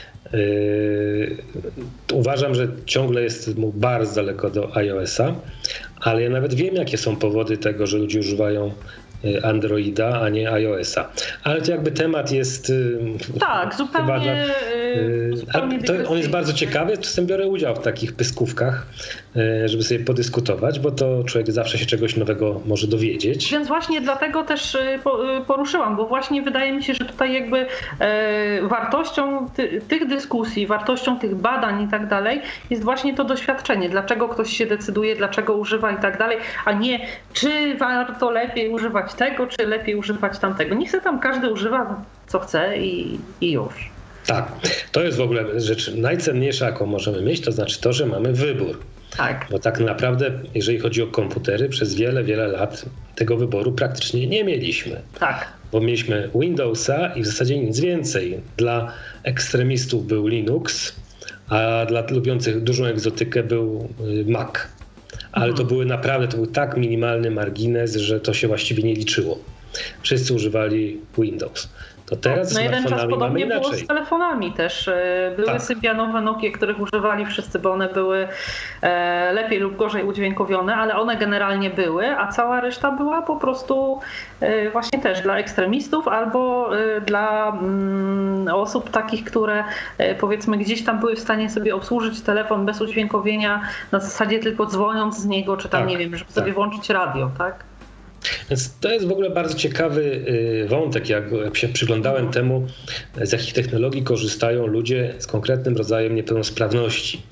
Uważam, że ciągle jest mu bardzo daleko do iOS-a, ale ja nawet wiem, jakie są powody tego, że ludzie używają Androida, a nie iOS-a. Ale to jakby temat jest... Tak, zupełnie... On jest bardzo ciekawy, czasem biorę udział w takich pyskówkach, żeby sobie podyskutować, bo to człowiek zawsze się czegoś nowego może dowiedzieć. Więc właśnie dlatego też poruszyłam, bo właśnie wydaje mi się, że tutaj jakby wartością tych dyskusji, wartością tych badań i tak dalej jest właśnie to doświadczenie. Dlaczego ktoś się decyduje, dlaczego używa i tak dalej, a nie czy warto lepiej używać tego, czy lepiej używać tamtego. Niech się tam każdy używa co chce i już. Tak, to jest w ogóle rzecz najcenniejsza, jaką możemy mieć, to znaczy to, że mamy wybór. Tak. Bo tak naprawdę, jeżeli chodzi o komputery, przez wiele, wiele lat tego wyboru praktycznie nie mieliśmy. Tak. Bo mieliśmy Windowsa i w zasadzie nic więcej. Dla ekstremistów był Linux, a dla lubiących dużą egzotykę był Mac. Ale to był tak minimalny margines, że to się właściwie nie liczyło. Wszyscy używali Windows. To teraz z smartfonami mamy inaczej. Było z telefonami też. Były Symbianowe Nokie, których używali wszyscy, bo one były lepiej lub gorzej udźwiękowione, ale one generalnie były, a cała reszta była po prostu właśnie też dla ekstremistów albo dla osób takich, które powiedzmy gdzieś tam były w stanie sobie obsłużyć telefon bez udźwiękowienia, na zasadzie tylko dzwoniąc z niego, czy tam nie wiem, żeby sobie włączyć radio, tak? Więc to jest w ogóle bardzo ciekawy wątek, jak się przyglądałem temu, z jakich technologii korzystają ludzie z konkretnym rodzajem niepełnosprawności.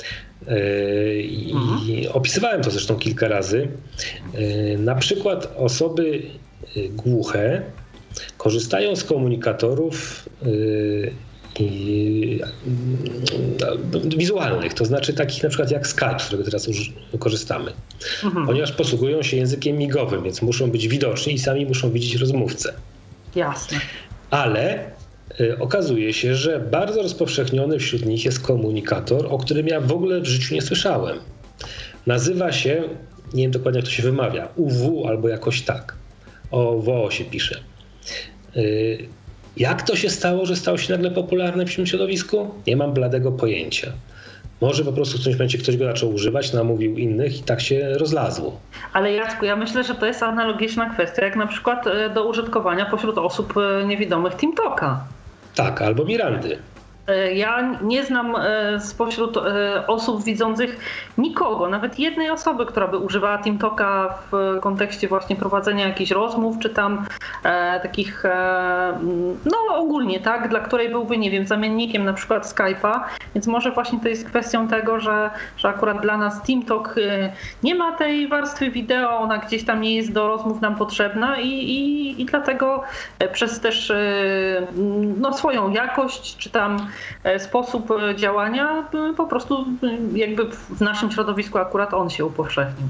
I opisywałem to zresztą kilka razy. Na przykład osoby głuche korzystają z komunikatorów wizualnych, to znaczy takich na przykład jak Skype, z którego teraz korzystamy, ponieważ posługują się językiem migowym, więc muszą być widoczni i sami muszą widzieć rozmówcę. Jasne. Ale okazuje się, że bardzo rozpowszechniony wśród nich jest komunikator, o którym ja w ogóle w życiu nie słyszałem. Nazywa się, nie wiem dokładnie jak to się wymawia, UW albo jakoś tak. OWO się pisze. Jak to się stało, że stał się nagle popularny w tym środowisku? Nie mam bladego pojęcia. Może po prostu w którymś momencie ktoś go zaczął używać, namówił innych i tak się rozlazło. Ale Jacku, ja myślę, że to jest analogiczna kwestia, jak na przykład do użytkowania pośród osób niewidomych TeamTalka. Tak, albo Mirandy. Ja nie znam spośród osób widzących nikogo, nawet jednej osoby, która by używała TeamTalka w kontekście właśnie prowadzenia jakichś rozmów, czy tam takich, no ogólnie, tak, dla której byłby, nie wiem, zamiennikiem na przykład Skype'a, więc może właśnie to jest kwestią tego, że akurat dla nas TeamTalk nie ma tej warstwy wideo, ona gdzieś tam nie jest do rozmów nam potrzebna i dlatego przez też no, swoją jakość, czy tam sposób działania po prostu jakby w naszym środowisku akurat on się upowszechnił.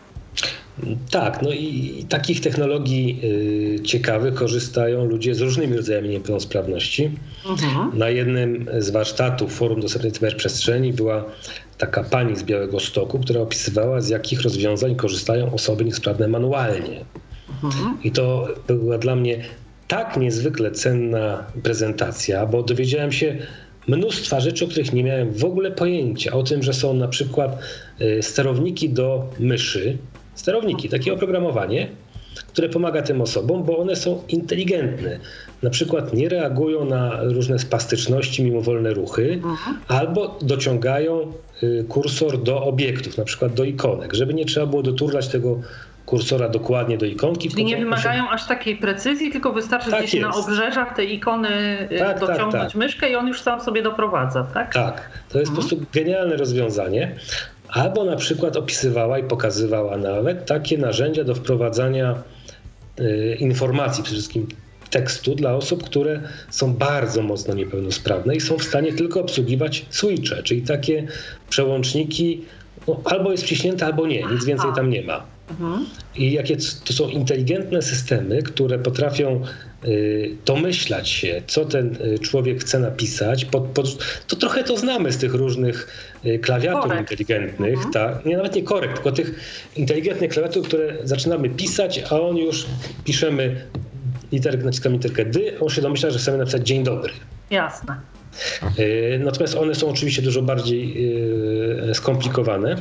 Tak, no i takich technologii ciekawych korzystają ludzie z różnymi rodzajami niepełnosprawności. Na jednym z warsztatów Forum Dostępnej Cyberprzestrzeni była taka pani z Białegostoku, która opisywała, z jakich rozwiązań korzystają osoby niesprawne manualnie. I to była dla mnie tak niezwykle cenna prezentacja, bo dowiedziałem się mnóstwa rzeczy, o których nie miałem w ogóle pojęcia. O tym, że są na przykład sterowniki do myszy, takie oprogramowanie, które pomaga tym osobom, bo one są inteligentne. Na przykład nie reagują na różne spastyczności, mimowolne ruchy, albo dociągają kursor do obiektów, na przykład do ikonek, żeby nie trzeba było doturlać tego kursora dokładnie do ikonki. Czyli nie wymagają aż takiej precyzji, tylko wystarczy gdzieś na obrzeżach tej ikony dociągnąć myszkę i on już sam sobie doprowadza, tak? Tak, to jest po prostu genialne rozwiązanie. Albo na przykład opisywała i pokazywała nawet takie narzędzia do wprowadzania informacji, przede wszystkim tekstu dla osób, które są bardzo mocno niepełnosprawne i są w stanie tylko obsługiwać switche, czyli takie przełączniki, no, albo jest wciśnięte, albo nie, nic więcej tam nie ma. I jakie to są inteligentne systemy, które potrafią domyślać się, co ten człowiek chce napisać. To trochę to znamy z tych różnych klawiatur inteligentnych. Nawet nie korekt, tylko tych inteligentnych klawiatur, które zaczynamy pisać, a on już piszemy, naciskamy literkę D, on się domyśla, że chcemy napisać dzień dobry. Jasne. Natomiast one są oczywiście dużo bardziej skomplikowane.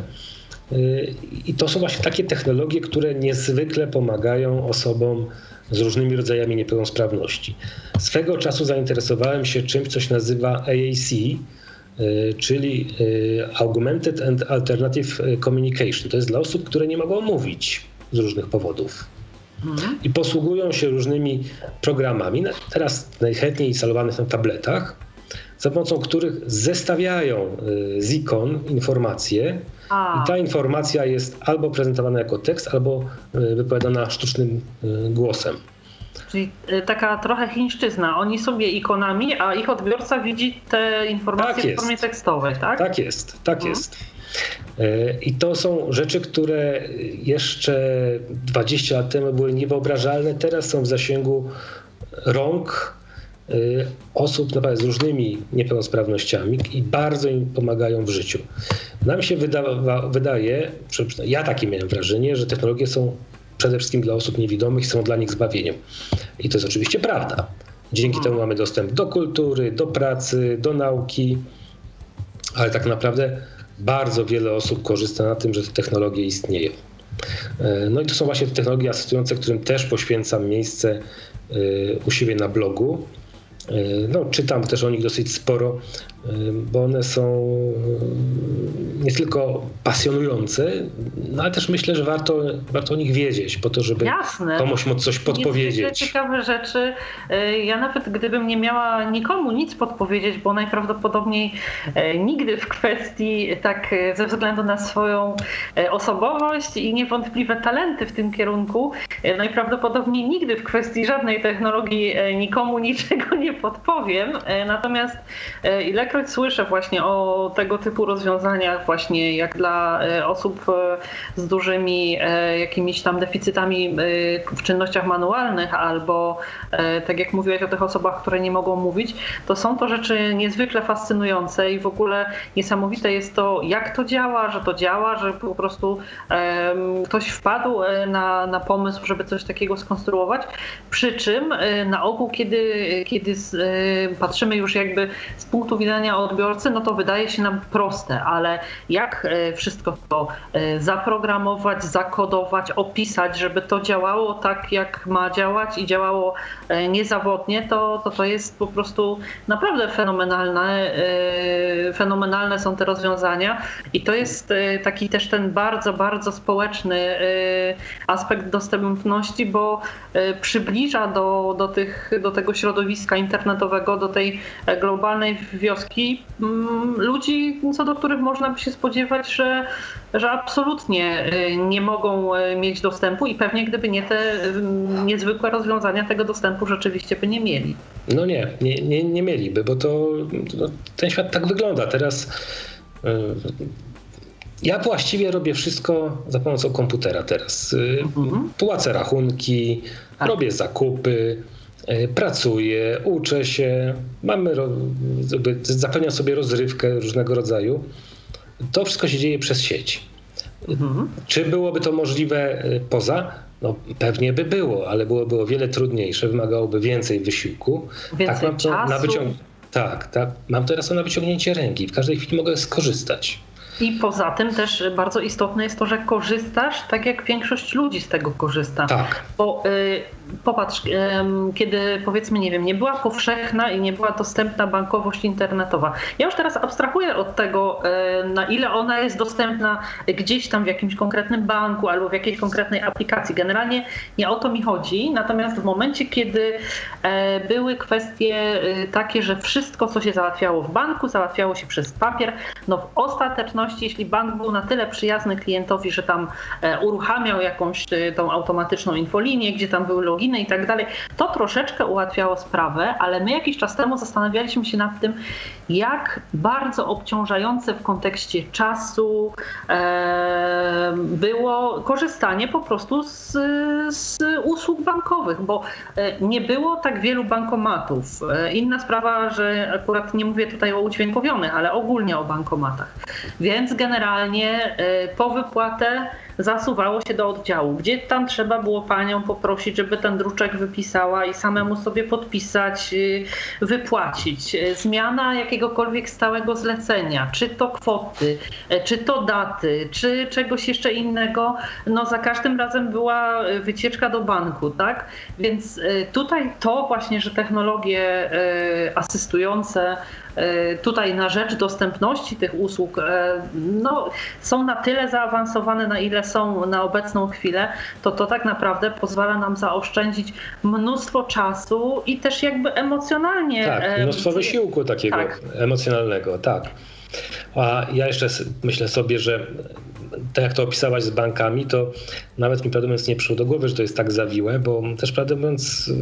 I to są właśnie takie technologie, które niezwykle pomagają osobom z różnymi rodzajami niepełnosprawności. Swego czasu zainteresowałem się czymś, co się nazywa AAC, czyli Augmented and Alternative Communication. To jest dla osób, które nie mogą mówić z różnych powodów. I posługują się różnymi programami, teraz najchętniej instalowanych na tabletach, za pomocą których zestawiają z ikon informacje i ta informacja jest albo prezentowana jako tekst, albo wypowiadana sztucznym głosem. Czyli taka trochę chińszczyzna. Oni sobie ikonami, a ich odbiorca widzi te informacje w formie tekstowej, tak? Tak jest. I to są rzeczy, które jeszcze 20 lat temu były niewyobrażalne, teraz są w zasięgu rąk osób naprawdę z różnymi niepełnosprawnościami i bardzo im pomagają w życiu. Nam się wydaje, ja takie miałem wrażenie, że technologie są przede wszystkim dla osób niewidomych i są dla nich zbawieniem. I to jest oczywiście prawda. Dzięki temu mamy dostęp do kultury, do pracy, do nauki, ale tak naprawdę bardzo wiele osób korzysta na tym, że te technologie istnieją. No i to są właśnie te technologie asystujące, którym też poświęcam miejsce u siebie na blogu. No, czytam też o nich dosyć sporo, bo one są nie tylko pasjonujące, no, ale też myślę, że warto o nich wiedzieć, po to, żeby komuś móc coś podpowiedzieć. Jest ciekawe rzeczy. Ja nawet gdybym nie miała nikomu nic podpowiedzieć, bo najprawdopodobniej nigdy w kwestii, tak ze względu na swoją osobowość i niewątpliwe talenty w tym kierunku, najprawdopodobniej nigdy w kwestii żadnej technologii nikomu niczego nie podpowiem. Natomiast ilekroć słyszę właśnie o tego typu rozwiązaniach właśnie jak dla osób z dużymi jakimiś tam deficytami w czynnościach manualnych albo tak jak mówiłeś o tych osobach, które nie mogą mówić, to są to rzeczy niezwykle fascynujące i w ogóle niesamowite jest to, jak to działa, że po prostu ktoś wpadł na pomysł, żeby coś takiego skonstruować, przy czym na ogół, kiedy patrzymy już jakby z punktu widzenia rozwiązania odbiorcy, no to wydaje się nam proste, ale jak wszystko to zaprogramować, zakodować, opisać, żeby to działało tak, jak ma działać i działało niezawodnie, to jest po prostu naprawdę fenomenalne są te rozwiązania i to jest taki też ten bardzo, bardzo społeczny aspekt dostępności, bo przybliża do tego środowiska internetowego, do tej globalnej wioski ludzi, co do których można by się spodziewać, że absolutnie nie mogą mieć dostępu i pewnie gdyby nie te niezwykłe rozwiązania, tego dostępu rzeczywiście by nie mieli. No nie mieliby, bo ten świat tak wygląda. Teraz ja właściwie robię wszystko za pomocą komputera teraz. Płacę rachunki, robię zakupy, pracuję, uczę się, zapewniam sobie rozrywkę różnego rodzaju. To wszystko się dzieje przez sieć. Czy byłoby to możliwe poza? No pewnie by było, ale byłoby o wiele trudniejsze, wymagałoby więcej wysiłku. Więcej czasu. Tak, mam teraz to na wyciągnięcie ręki. W każdej chwili mogę skorzystać. I poza tym też bardzo istotne jest to, że korzystasz tak jak większość ludzi z tego korzysta. Tak. Bo popatrz, kiedy powiedzmy, nie wiem, nie była powszechna i nie była dostępna bankowość internetowa. Ja już teraz abstrahuję od tego, na ile ona jest dostępna gdzieś tam w jakimś konkretnym banku albo w jakiejś konkretnej aplikacji. Generalnie nie o to mi chodzi. Natomiast w momencie, kiedy były kwestie takie, że wszystko, co się załatwiało w banku, załatwiało się przez papier, no w ostateczności, jeśli bank był na tyle przyjazny klientowi, że tam uruchamiał jakąś tą automatyczną infolinię, gdzie tam były loginy i tak dalej, to troszeczkę ułatwiało sprawę, ale my jakiś czas temu zastanawialiśmy się nad tym, jak bardzo obciążające w kontekście czasu było korzystanie po prostu z usług bankowych, bo nie było tak wielu bankomatów. Inna sprawa, że akurat nie mówię tutaj o udźwiękowionych, ale ogólnie o bankomatach. Więc generalnie po wypłatę zasuwało się do oddziału, gdzie tam trzeba było panią poprosić, żeby ten druczek wypisała i samemu sobie podpisać, wypłacić. Zmiana jakiegokolwiek stałego zlecenia, czy to kwoty, czy to daty, czy czegoś jeszcze innego, no za każdym razem była wycieczka do banku, tak? Więc tutaj to właśnie, że technologie asystujące tutaj na rzecz dostępności tych usług no, są na tyle zaawansowane, na ile są na obecną chwilę, to tak naprawdę pozwala nam zaoszczędzić mnóstwo czasu i też jakby emocjonalnie. Tak, mnóstwo wysiłku takiego emocjonalnego, tak. A ja jeszcze myślę sobie, że tak jak to opisałaś z bankami, to nawet mi prawdę mówiąc nie przyszło do głowy, że to jest tak zawiłe, bo też prawdę mówiąc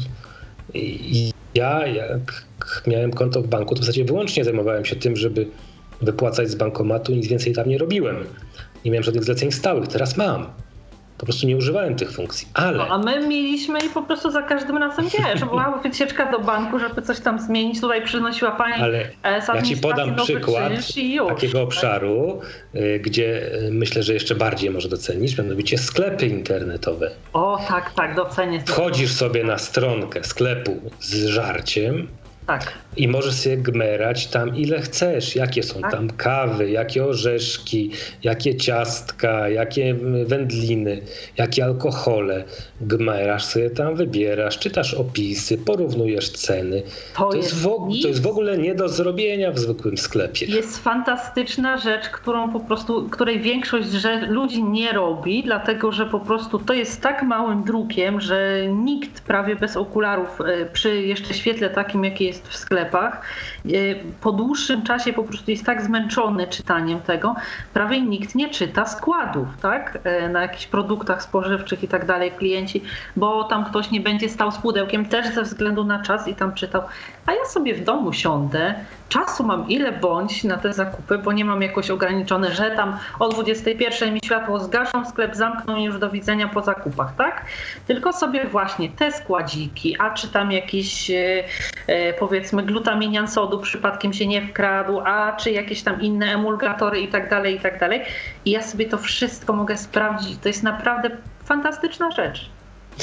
ja jak miałem konto w banku, to w zasadzie wyłącznie zajmowałem się tym, żeby wypłacać z bankomatu i nic więcej tam nie robiłem. Nie miałem żadnych zleceń stałych, teraz mam. Po prostu nie używałem tych funkcji, ale... No, a my mieliśmy i po prostu za każdym razem że była wycieczka do banku, żeby coś tam zmienić. Tutaj przynosiła pani z ja ci podam przykład takiego obszaru, gdzie myślę, że jeszcze bardziej może docenić, mianowicie sklepy internetowe. O, tak, docenię. Wchodzisz sobie na stronkę sklepu z żarciem, tak. I możesz sobie gmerać tam ile chcesz, jakie są tam kawy, jakie orzeszki, jakie ciastka, jakie wędliny, jakie alkohole. Gmerasz sobie tam, wybierasz, czytasz opisy, porównujesz ceny. To jest w ogóle nie do zrobienia w zwykłym sklepie. Jest fantastyczna rzecz, której większość ludzi nie robi, dlatego że po prostu to jest tak małym drukiem, że nikt prawie bez okularów przy jeszcze świetle takim, jakie jest w sklepach, po dłuższym czasie po prostu jest tak zmęczony czytaniem tego, prawie nikt nie czyta składów, tak? Na jakichś produktach spożywczych i tak dalej, klienci, bo tam ktoś nie będzie stał z pudełkiem też ze względu na czas i tam czytał. A ja sobie w domu siądę, czasu mam ile bądź na te zakupy, bo nie mam jakoś ograniczone, że tam o 21 mi światło zgaszą, sklep zamkną i już do widzenia po zakupach, tak? Tylko sobie właśnie te składziki, a czy tam jakiś powiedzmy glutaminian sodu przypadkiem się nie wkradł, a czy jakieś tam inne emulgatory i tak dalej, i tak dalej. I ja sobie to wszystko mogę sprawdzić. To jest naprawdę fantastyczna rzecz.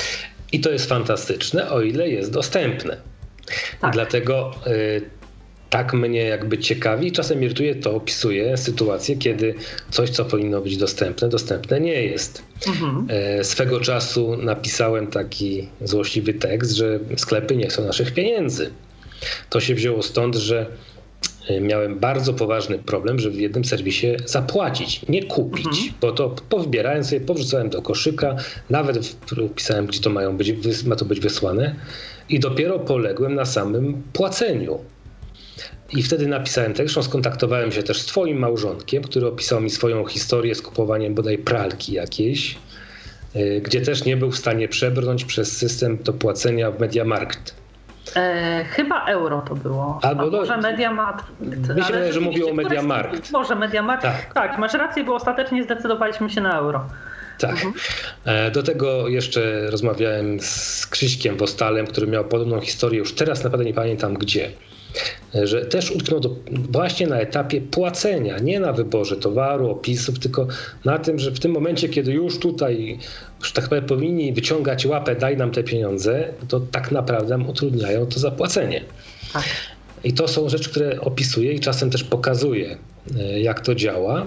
I to jest fantastyczne, o ile jest dostępne. Tak. Dlatego tak mnie jakby ciekawi. Czasem irytuje, to opisuje sytuację, kiedy coś, co powinno być dostępne nie jest. Swego czasu napisałem taki złośliwy tekst, że sklepy nie chcą naszych pieniędzy. To się wzięło stąd, że miałem bardzo poważny problem, żeby w jednym serwisie zapłacić, nie kupić, bo to powybierałem sobie, powrzucałem do koszyka, nawet wpisałem, gdzie to ma to być wysłane i dopiero poległem na samym płaceniu. I wtedy napisałem tekst, skontaktowałem się też z twoim małżonkiem, który opisał mi swoją historię z kupowaniem bodaj pralki jakiejś, gdzie też nie był w stanie przebrnąć przez system do płacenia w MediaMarkt. Chyba euro to było. Albo może MediaMarkt. Myślę, że mówił o MediaMarkt. Może MediaMarkt. Tak, masz rację, bo ostatecznie zdecydowaliśmy się na euro. Tak. Do tego jeszcze rozmawiałem z Krzyśkiem Wostalem, który miał podobną historię, już teraz naprawdę nie pamiętam gdzie. Że też utknął właśnie na etapie płacenia, nie na wyborze towaru, opisów, tylko na tym, że w tym momencie, kiedy już tutaj, już tak powiem, powinni wyciągać łapę, daj nam te pieniądze, to tak naprawdę utrudniają to zapłacenie. Tak. I to są rzeczy, które opisuję i czasem też pokazuję, jak to działa.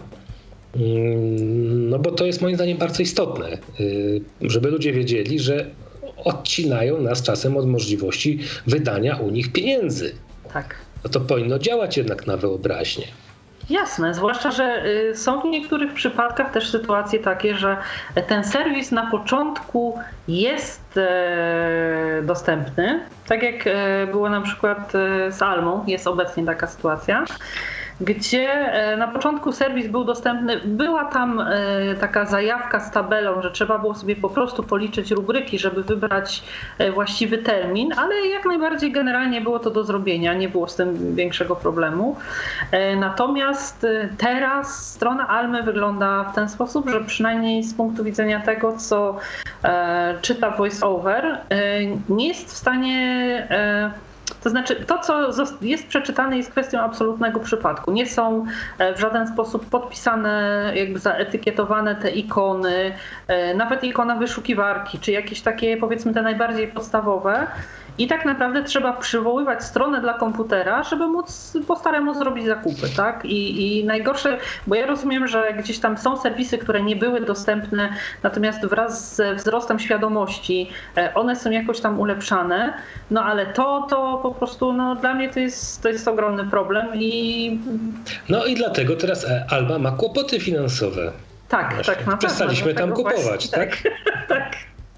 No bo to jest moim zdaniem bardzo istotne, żeby ludzie wiedzieli, że odcinają nas czasem od możliwości wydania u nich pieniędzy. Tak. No to powinno działać jednak na wyobraźnię. Jasne, zwłaszcza, że są w niektórych przypadkach też sytuacje takie, że ten serwis na początku jest dostępny, tak jak było na przykład z Almą, jest obecnie taka sytuacja, gdzie na początku serwis był dostępny, była tam taka zajawka z tabelą, że trzeba było sobie po prostu policzyć rubryki, żeby wybrać właściwy termin, ale jak najbardziej generalnie było to do zrobienia, nie było z tym większego problemu. Natomiast teraz strona Almy wygląda w ten sposób, że przynajmniej z punktu widzenia tego, co czyta VoiceOver, nie jest w stanie... To znaczy, to, co jest przeczytane, jest kwestią absolutnego przypadku. Nie są w żaden sposób podpisane, jakby zaetykietowane te ikony, nawet ikona wyszukiwarki, czy jakieś takie, powiedzmy, te najbardziej podstawowe. I tak naprawdę trzeba przywoływać stronę dla komputera, żeby móc po staremu zrobić zakupy, tak? I najgorsze, bo ja rozumiem, że gdzieś tam są serwisy, które nie były dostępne, natomiast wraz ze wzrostem świadomości one są jakoś tam ulepszane, no ale to po prostu, no dla mnie to jest ogromny problem i... No i dlatego teraz Alma ma kłopoty finansowe. Tak, tak. Przestaliśmy tam kupować, właśnie, tak? Tak.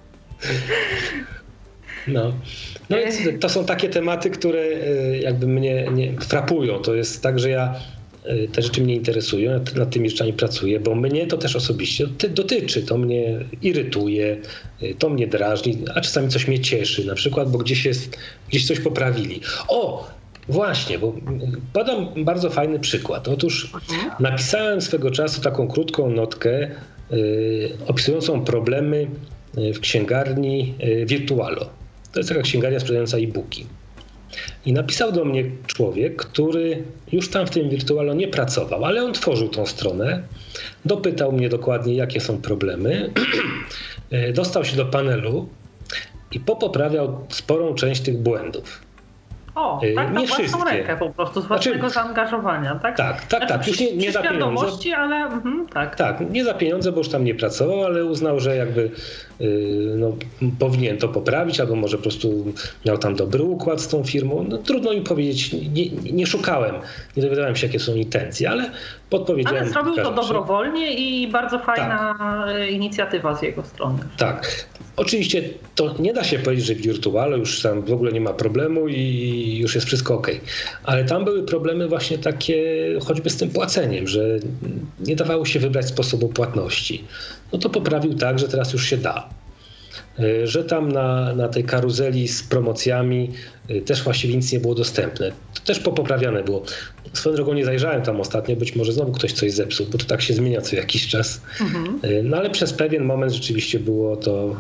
No więc to są takie tematy, które jakby mnie frapują. To jest tak, że ja te rzeczy mnie interesują, nad tymi rzeczami pracuję, bo mnie to też osobiście dotyczy. To mnie irytuje, to mnie drażni, a czasami coś mnie cieszy, na przykład, bo gdzieś coś poprawili. O! Właśnie, bo podam bardzo fajny przykład. Otóż napisałem swego czasu taką krótką notkę opisującą problemy w księgarni Virtualo. To jest taka księgarnia sprzedająca e-booki. I napisał do mnie człowiek, który już tam w tym Virtualo nie pracował, ale on tworzył tą stronę, dopytał mnie dokładnie, jakie są problemy, dostał się do panelu i popoprawiał sporą część tych błędów. O, tak, na własną rękę po prostu, z własnego zaangażowania, tak? Tak. Już nie za pieniądze. Ale tak. Tak, nie za pieniądze, bo już tam nie pracował, ale uznał, że jakby powinien to poprawić, albo może po prostu miał tam dobry układ z tą firmą. No, trudno mi powiedzieć, nie szukałem, nie dowiadałem się, jakie są intencje, ale podpowiedziałem. Ale zrobił to dobrowolnie i bardzo fajna inicjatywa z jego strony. Tak. Oczywiście to nie da się powiedzieć, że w Virtualo już tam w ogóle nie ma problemu i już jest wszystko okej. Ale tam były problemy właśnie takie choćby z tym płaceniem, że nie dawało się wybrać sposobu płatności. No to poprawił tak, że teraz już się da. Że tam na tej karuzeli z promocjami też właściwie nic nie było dostępne. To też popoprawiane było. Swoją drogą nie zajrzałem tam ostatnio, być może znowu ktoś coś zepsuł, bo to tak się zmienia co jakiś czas. No ale przez pewien moment rzeczywiście było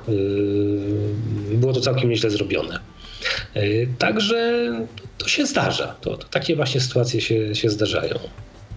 to całkiem nieźle zrobione. Także to się zdarza. To takie właśnie sytuacje się zdarzają.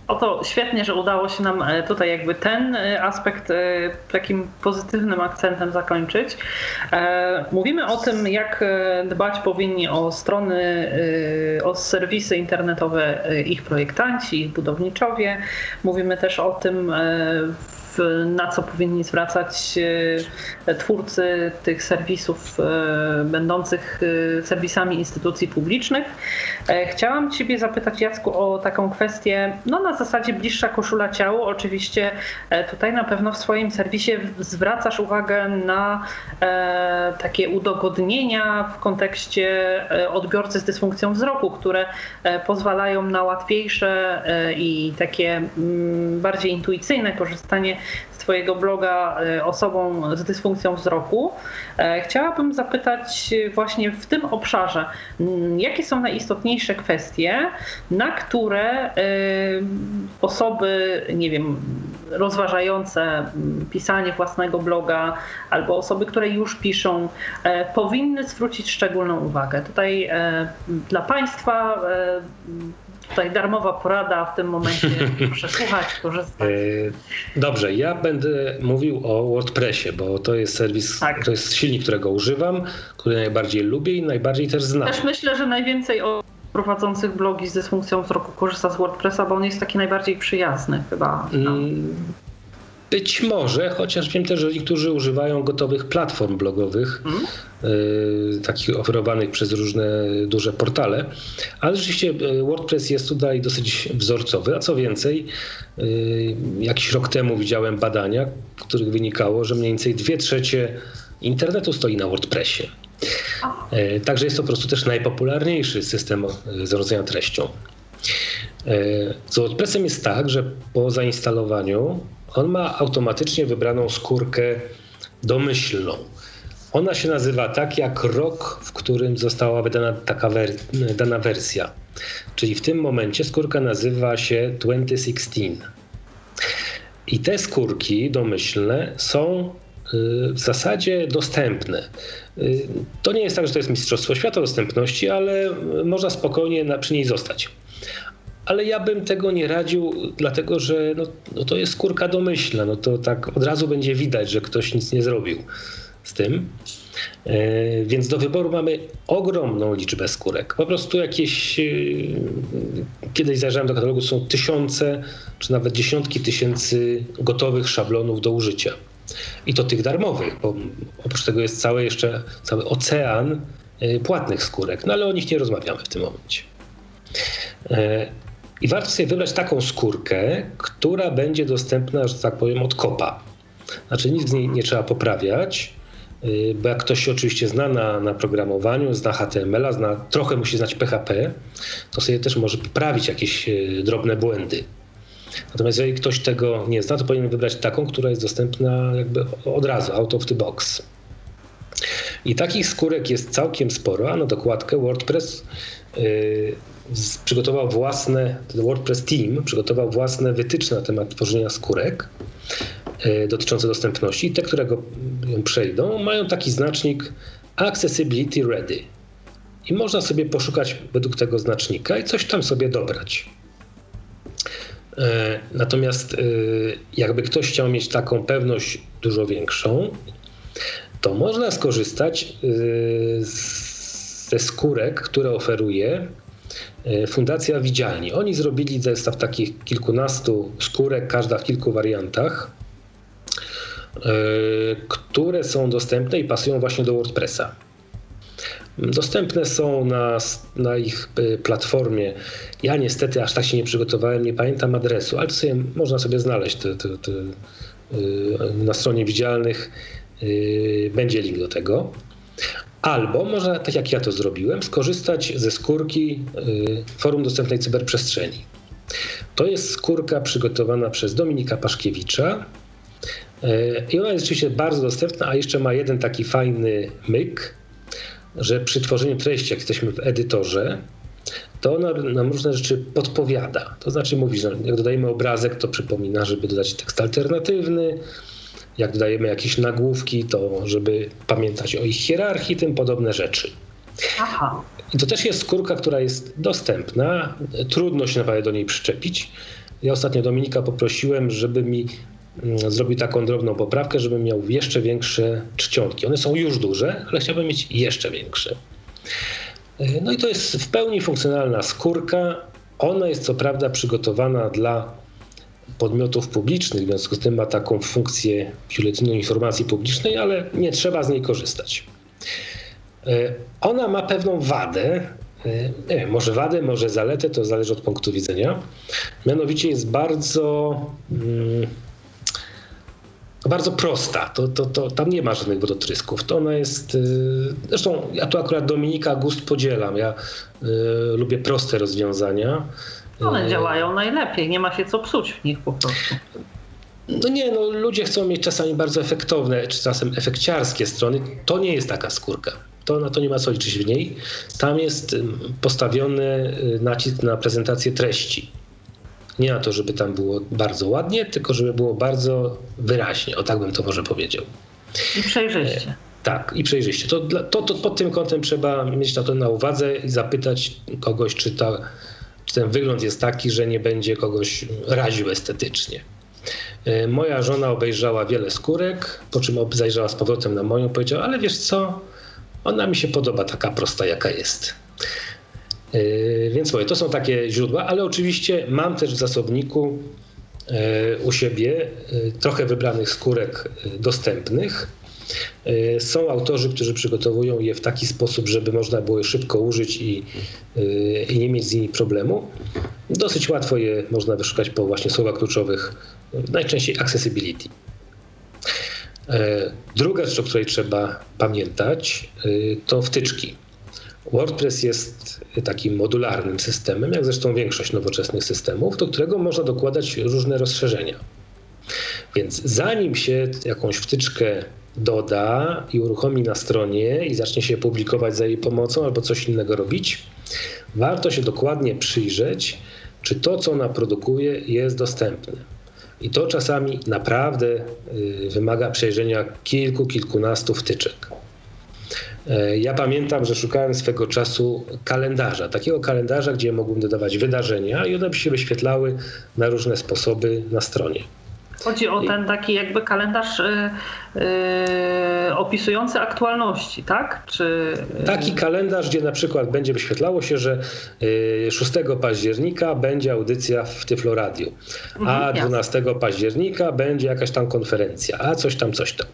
Oto świetnie, że udało się nam tutaj jakby ten aspekt takim pozytywnym akcentem zakończyć. Mówimy o tym, jak dbać powinni o strony, o serwisy internetowe ich projektanci, ich budowniczowie. Mówimy też o tym, na co powinni zwracać twórcy tych serwisów będących serwisami instytucji publicznych. Chciałam Ciebie zapytać, Jacku, o taką kwestię, na zasadzie bliższa koszula ciału. Oczywiście tutaj na pewno w swoim serwisie zwracasz uwagę na takie udogodnienia w kontekście odbiorcy z dysfunkcją wzroku, które pozwalają na łatwiejsze i takie bardziej intuicyjne korzystanie z Twojego bloga osobom z dysfunkcją wzroku. Chciałabym zapytać właśnie w tym obszarze, jakie są najistotniejsze kwestie, na które osoby, nie wiem, rozważające pisanie własnego bloga albo osoby, które już piszą, powinny zwrócić szczególną uwagę. Tutaj dla Państwa tutaj darmowa porada w tym momencie, proszę słuchać, korzystać. Dobrze, ja będę mówił o WordPressie, bo to jest serwis, to jest silnik, którego używam, który najbardziej lubię i najbardziej też znam. Też myślę, że najwięcej prowadzących blogi z dysfunkcją wzroku korzysta z WordPressa, bo on jest taki najbardziej przyjazny chyba. Być może, chociaż wiem też, że niektórzy używają gotowych platform blogowych, takich oferowanych przez różne duże portale, ale rzeczywiście WordPress jest tutaj dosyć wzorcowy, a co więcej, jakiś rok temu widziałem badania, z których wynikało, że mniej więcej 2/3 internetu stoi na WordPressie. Także jest to po prostu też najpopularniejszy system zarządzania treścią. Z WordPressem jest tak, że po zainstalowaniu on ma automatycznie wybraną skórkę domyślną. Ona się nazywa tak jak rok, w którym została wydana dana wersja. Czyli w tym momencie skórka nazywa się 2016. I te skórki domyślne są w zasadzie dostępne. To nie jest tak, że to jest Mistrzostwo Świata dostępności, ale można spokojnie przy niej zostać. Ale ja bym tego nie radził, dlatego że to jest skórka domyślna. To tak od razu będzie widać, że ktoś nic nie zrobił z tym. Więc do wyboru mamy ogromną liczbę skórek. Po prostu jakieś, kiedyś zajrzałem do katalogu, są tysiące czy nawet dziesiątki tysięcy gotowych szablonów do użycia. I to tych darmowych, bo oprócz tego jest cały ocean płatnych skórek, ale o nich nie rozmawiamy w tym momencie. I warto sobie wybrać taką skórkę, która będzie dostępna, że tak powiem, od kopa. Znaczy nic z niej nie trzeba poprawiać, bo jak ktoś się oczywiście zna na programowaniu, zna HTML-a, trochę musi znać PHP, to sobie też może poprawić jakieś drobne błędy. Natomiast jeżeli ktoś tego nie zna, to powinien wybrać taką, która jest dostępna jakby od razu, out of the box. I takich skórek jest całkiem sporo, a na dokładkę WordPress przygotował WordPress Team przygotował własne wytyczne na temat tworzenia skórek dotyczące dostępności. I te, które ją przejdą, mają taki znacznik Accessibility Ready. I można sobie poszukać według tego znacznika i coś tam sobie dobrać. Natomiast jakby ktoś chciał mieć taką pewność dużo większą, to można skorzystać ze skórek, które oferuje Fundacja Widzialni. Oni zrobili zestaw takich kilkunastu skórek, każda w kilku wariantach, które są dostępne i pasują właśnie do WordPressa. Dostępne są na ich platformie. Ja niestety aż tak się nie przygotowałem, nie pamiętam adresu, ale to można sobie znaleźć na stronie Widzialnych. Będzie link do tego. Albo można, tak jak ja to zrobiłem, skorzystać ze skórki Forum Dostępnej Cyberprzestrzeni. To jest skórka przygotowana przez Dominika Paszkiewicza i ona jest rzeczywiście bardzo dostępna, a jeszcze ma jeden taki fajny myk, że przy tworzeniu treści, jak jesteśmy w edytorze, to ona nam różne rzeczy podpowiada. To znaczy mówi, że jak dodajemy obrazek, to przypomina, żeby dodać tekst alternatywny. Jak dodajemy jakieś nagłówki, to żeby pamiętać o ich hierarchii, tym podobne rzeczy. Aha. I to też jest skórka, która jest dostępna. Trudno się naprawdę do niej przyczepić. Ja ostatnio Dominika poprosiłem, żeby mi zrobił taką drobną poprawkę, żebym miał jeszcze większe czcionki. One są już duże, ale chciałbym mieć jeszcze większe. No i to jest w pełni funkcjonalna skórka. Ona jest co prawda przygotowana dla podmiotów publicznych, w związku z tym ma taką funkcję biuletynu informacji publicznej, ale nie trzeba z niej korzystać. Ona ma pewną wadę, nie wiem, może wadę, może zaletę, to zależy od punktu widzenia. Mianowicie jest bardzo prosta. Tam nie ma żadnych wodotrysków. To ona jest, zresztą ja tu akurat Dominika gust podzielam. Ja lubię proste rozwiązania. One działają najlepiej, nie ma się co psuć w nich po prostu. Ludzie chcą mieć czasami bardzo efektowne, czy czasem efekciarskie strony. To nie jest taka skórka. Na to nie ma co liczyć w niej. Tam jest postawiony nacisk na prezentację treści. Nie na to, żeby tam było bardzo ładnie, tylko żeby było bardzo wyraźnie. O tak bym to może powiedział. I przejrzyście. Tak, i przejrzyście. To pod tym kątem trzeba mieć to na uwadze i zapytać kogoś, czy ten wygląd jest taki, że nie będzie kogoś raził estetycznie. Moja żona obejrzała wiele skórek, po czym zajrzała z powrotem na moją, powiedziała, ale wiesz co, ona mi się podoba taka prosta, jaka jest. Więc mówię, to są takie źródła, ale oczywiście mam też w zasobniku u siebie trochę wybranych skórek dostępnych. Są autorzy, którzy przygotowują je w taki sposób, żeby można było je szybko użyć i nie mieć z nimi problemu. Dosyć łatwo je można wyszukać po właśnie słowach kluczowych, najczęściej accessibility. Druga rzecz, o której trzeba pamiętać, to wtyczki. WordPress jest takim modularnym systemem, jak zresztą większość nowoczesnych systemów, do którego można dokładać różne rozszerzenia. Więc zanim się jakąś wtyczkę doda i uruchomi na stronie i zacznie się publikować za jej pomocą albo coś innego robić, warto się dokładnie przyjrzeć, czy to, co ona produkuje, jest dostępne. I to czasami naprawdę wymaga przejrzenia kilkunastu wtyczek. Ja pamiętam, że szukałem swego czasu kalendarza, takiego kalendarza, gdzie mogłem dodawać wydarzenia i one by się wyświetlały na różne sposoby na stronie. Chodzi o ten taki jakby kalendarz opisujący aktualności, tak? Taki kalendarz, gdzie na przykład będzie wyświetlało się, że 6 października będzie audycja w Tyflo Radio, a 12 października będzie jakaś tam konferencja, a coś tam.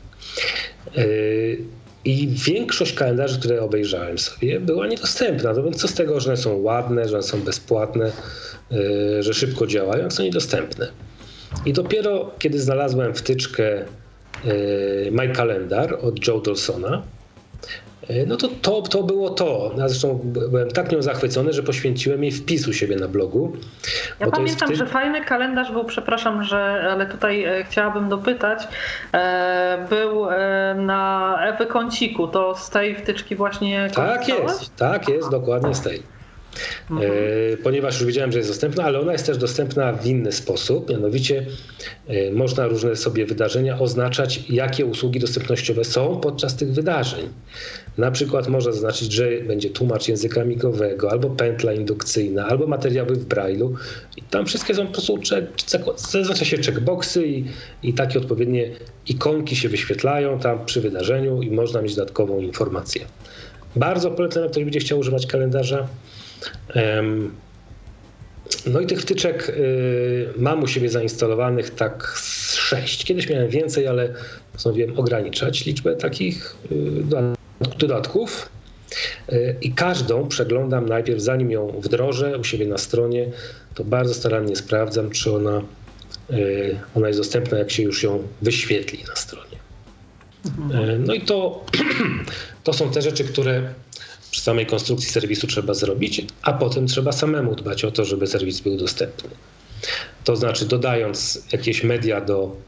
I większość kalendarzy, które obejrzałem sobie, była niedostępna. No więc co z tego, że one są ładne, że one są bezpłatne, że szybko działają, jak są niedostępne. I dopiero kiedy znalazłem wtyczkę My Calendar od Joe Dawsona, no to było to. Ja zresztą byłem tak nią zachwycony, że poświęciłem jej wpis u siebie na blogu. Ja pamiętam, że fajny kalendarz był, przepraszam, ale tutaj chciałabym dopytać, był na Ewy Kąciku. To z tej wtyczki właśnie korzystałeś? Tak jest, dokładnie z tej. Ponieważ już wiedziałem, że jest dostępna, ale ona jest też dostępna w inny sposób, mianowicie można różne sobie wydarzenia oznaczać, jakie usługi dostępnościowe są podczas tych wydarzeń. Na przykład można zaznaczyć, że będzie tłumacz języka migowego, albo pętla indukcyjna, albo materiały w Braille'u. I tam wszystkie są po prostu, zaznacza się checkboxy i takie odpowiednie ikonki się wyświetlają tam przy wydarzeniu i można mieć dodatkową informację. Bardzo polecam, jak ktoś będzie chciał używać kalendarza. No i tych wtyczek mam u siebie zainstalowanych tak 6. Kiedyś miałem więcej, ale postanowiłem ograniczać liczbę takich dodatków. I każdą przeglądam najpierw, zanim ją wdrożę u siebie na stronie, to bardzo starannie sprawdzam, czy ona jest dostępna, jak się już ją wyświetli na stronie. No i to są te rzeczy, które przy samej konstrukcji serwisu trzeba zrobić, a potem trzeba samemu dbać o to, żeby serwis był dostępny. To znaczy, dodając jakieś media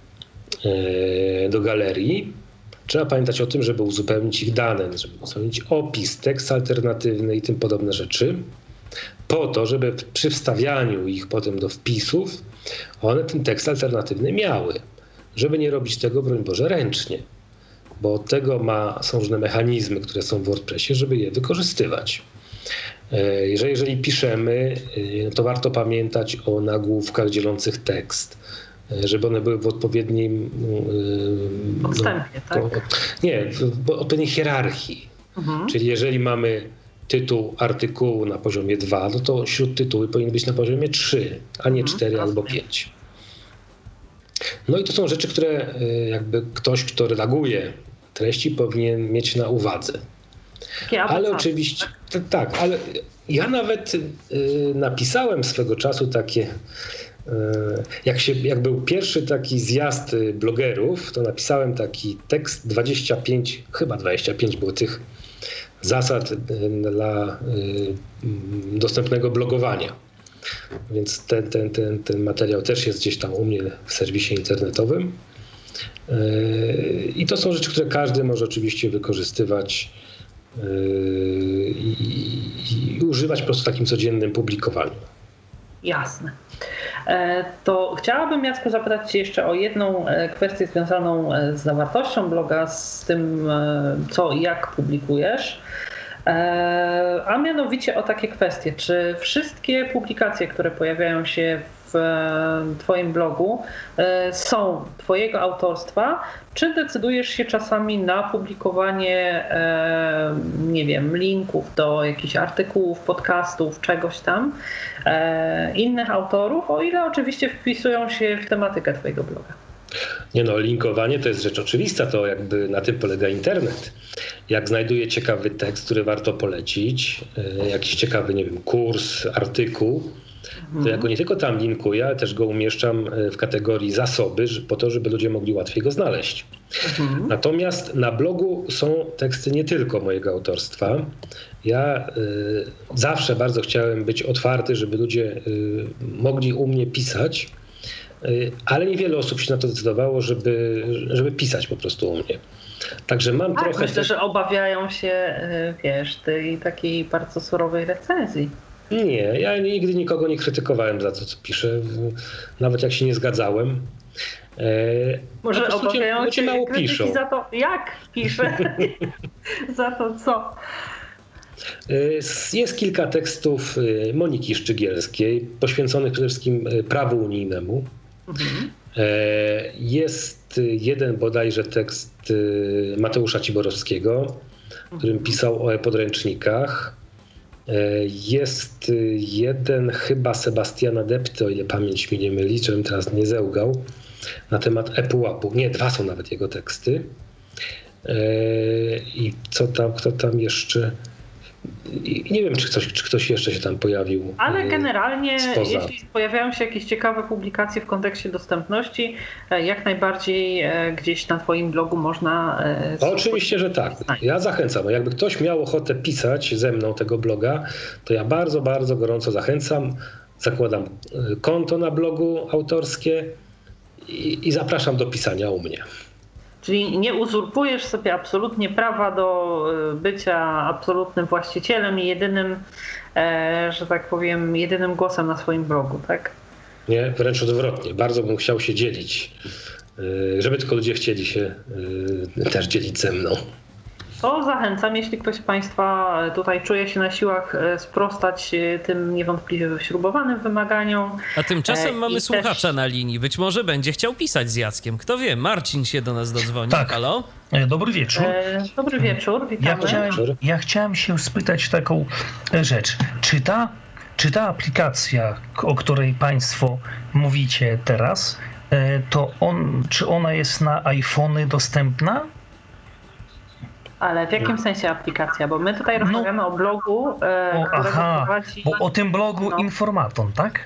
do galerii, trzeba pamiętać o tym, żeby uzupełnić ich dane, żeby uzupełnić opis, tekst alternatywny i tym podobne rzeczy, po to, żeby przy wstawianiu ich potem do wpisów one ten tekst alternatywny miały, żeby nie robić tego, broń Boże, ręcznie. Bo od tego są różne mechanizmy, które są w WordPressie, żeby je wykorzystywać. Jeżeli piszemy, to warto pamiętać o nagłówkach dzielących tekst, żeby one były w odpowiednim odstępie, tak? W odpowiedniej hierarchii. Czyli jeżeli mamy tytuł artykułu na poziomie 2, no to śródtytuły powinny być na poziomie 3, a nie 4 albo 5. No i to są rzeczy, które jakby ktoś, kto redaguje treści, powinien mieć na uwadze. Ale oczywiście, tak, ale ja nawet napisałem swego czasu takie, jak był pierwszy taki zjazd blogerów, to napisałem taki tekst 25 było tych zasad dla dostępnego blogowania. Więc ten materiał też jest gdzieś tam u mnie w serwisie internetowym. I to są rzeczy, które każdy może oczywiście wykorzystywać i używać po prostu w takim codziennym publikowaniu. Jasne. To chciałabym, Jacku, zapytać Cię jeszcze o jedną kwestię związaną z zawartością bloga, z tym, co i jak publikujesz. A mianowicie o takie kwestie. Czy wszystkie publikacje, które pojawiają się w Twoim blogu, są Twojego autorstwa, czy decydujesz się czasami na publikowanie, nie wiem, linków do jakichś artykułów, podcastów, czegoś tam, innych autorów, o ile oczywiście wpisują się w tematykę Twojego bloga? Linkowanie to jest rzecz oczywista, to jakby na tym polega internet. Jak znajduję ciekawy tekst, który warto polecić, jakiś ciekawy, nie wiem, kurs, artykuł, to ja go nie tylko tam linkuję, ale też go umieszczam w kategorii zasoby, po to, żeby ludzie mogli łatwiej go znaleźć. Natomiast na blogu są teksty nie tylko mojego autorstwa. Ja zawsze bardzo chciałem być otwarty, żeby ludzie mogli u mnie pisać, ale niewiele osób się na to zdecydowało, żeby pisać po prostu u mnie. Także mam trochę... Myślę, że obawiają się, tej takiej bardzo surowej recenzji. Nie, ja nigdy nikogo nie krytykowałem za to, co piszę, nawet jak się nie zgadzałem. Może obawiają się mało krytyki piszą. Za to, jak piszę, za to co? Jest kilka tekstów Moniki Szczygielskiej poświęconych przede wszystkim prawu unijnemu. Jest jeden bodajże tekst Mateusza Ciborowskiego, w którym pisał o e-podręcznikach. Jest jeden chyba Sebastiana Depty, o ile pamięć mi nie myli, żebym teraz nie zełgał, na temat ePUAP-u. Nie, 2 są nawet jego teksty. I kto tam jeszcze... Nie wiem, czy ktoś jeszcze się tam pojawił. Ale generalnie, jeśli pojawiają się jakieś ciekawe publikacje w kontekście dostępności, jak najbardziej gdzieś na Twoim blogu można... Oczywiście, że tak. Ja zachęcam. Jakby ktoś miał ochotę pisać ze mną tego bloga, to ja bardzo, bardzo gorąco zachęcam. Zakładam konto na blogu autorskie i zapraszam do pisania u mnie. Czyli nie uzurpujesz sobie absolutnie prawa do bycia absolutnym właścicielem i jedynym, że tak powiem, jedynym głosem na swoim blogu, tak? Nie, wręcz odwrotnie. Bardzo bym chciał się dzielić, żeby tylko ludzie chcieli się też dzielić ze mną. To zachęcam, jeśli ktoś z Państwa tutaj czuje się na siłach sprostać tym niewątpliwie wyśrubowanym wymaganiom. A tymczasem mamy słuchacza na linii. Być może będzie chciał pisać z Jackiem. Kto wie, Marcin się do nas dodzwoni. Tak. Halo? Dobry wieczór. Dobry wieczór, witamy. Ja chciałem się spytać taką rzecz. Czy ta aplikacja, o której Państwo mówicie teraz, czy ona jest na iPhony dostępna? Ale w jakim sensie aplikacja? Bo my tutaj rozmawiamy o blogu, którego prowadzi... Bo o tym blogu Informaton, tak?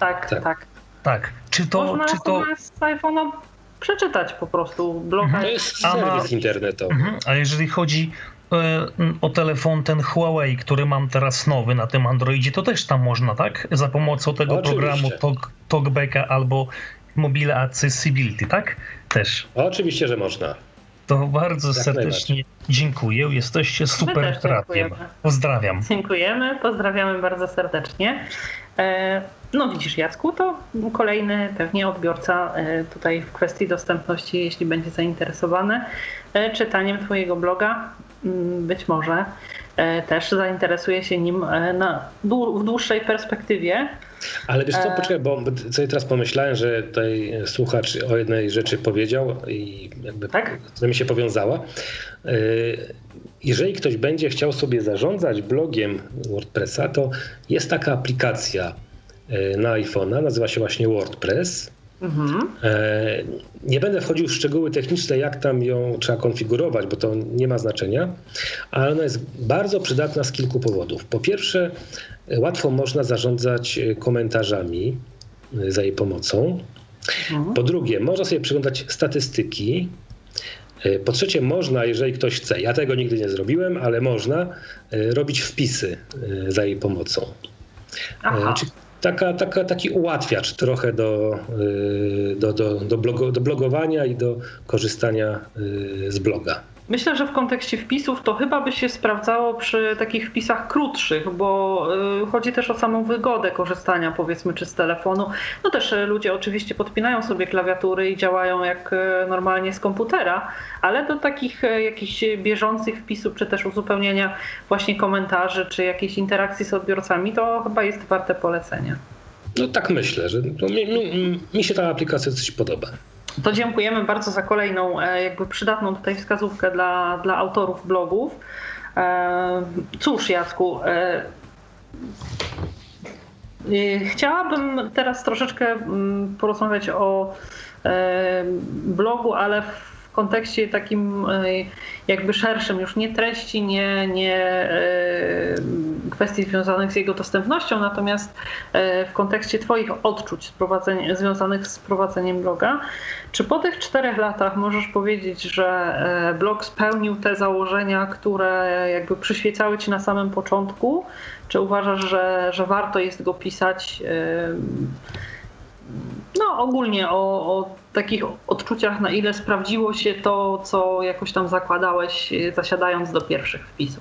Tak. Czy to z iPhone'a przeczytać po prostu bloga. To jest serwis internetowy. A jeżeli chodzi o telefon ten Huawei, który mam teraz nowy na tym Androidzie, to też tam można, tak? Za pomocą tego programu TalkBacka albo Mobile Accessibility, tak? Też. Oczywiście, że można. To bardzo serdecznie dziękuję. Jesteście super radiem. Pozdrawiam. Dziękujemy, pozdrawiamy bardzo serdecznie. No widzisz, Jacku, to kolejny pewnie odbiorca tutaj w kwestii dostępności, jeśli będzie zainteresowany czytaniem Twojego bloga, być może też zainteresuje się nim w dłuższej perspektywie. Ale wiesz co, poczekaj, bo sobie teraz pomyślałem, że tutaj słuchacz o jednej rzeczy powiedział i jakby to mi się powiązała. Jeżeli ktoś będzie chciał sobie zarządzać blogiem WordPressa, to jest taka aplikacja na iPhone'a, nazywa się właśnie WordPress. Nie będę wchodził w szczegóły techniczne, jak tam ją trzeba konfigurować, bo to nie ma znaczenia, ale ona jest bardzo przydatna z kilku powodów. Po pierwsze, łatwo można zarządzać komentarzami za jej pomocą. Po drugie, można sobie przeglądać statystyki. Po trzecie, można, jeżeli ktoś chce, ja tego nigdy nie zrobiłem, ale można robić wpisy za jej pomocą. Taki ułatwiacz trochę do blogowania i do korzystania z bloga. Myślę, że w kontekście wpisów to chyba by się sprawdzało przy takich wpisach krótszych, bo chodzi też o samą wygodę korzystania, powiedzmy, czy z telefonu. No też ludzie oczywiście podpinają sobie klawiatury i działają jak normalnie z komputera, ale do takich jakichś bieżących wpisów, czy też uzupełnienia właśnie komentarzy, czy jakiejś interakcji z odbiorcami, to chyba jest warte polecenia. No tak myślę, że mi się ta aplikacja coś podoba. To dziękujemy bardzo za kolejną jakby przydatną tutaj wskazówkę dla autorów blogów. Cóż, Jacku, chciałabym teraz troszeczkę porozmawiać o blogu, ale w kontekście takim jakby szerszym, już nie treści, nie kwestii związanych z jego dostępnością, natomiast w kontekście Twoich odczuć związanych z prowadzeniem bloga. Czy po tych 4 latach możesz powiedzieć, że blog spełnił te założenia, które jakby przyświecały Ci na samym początku? Czy uważasz, że warto jest go pisać? No ogólnie o takich odczuciach, na ile sprawdziło się to, co jakoś tam zakładałeś, zasiadając do pierwszych wpisów.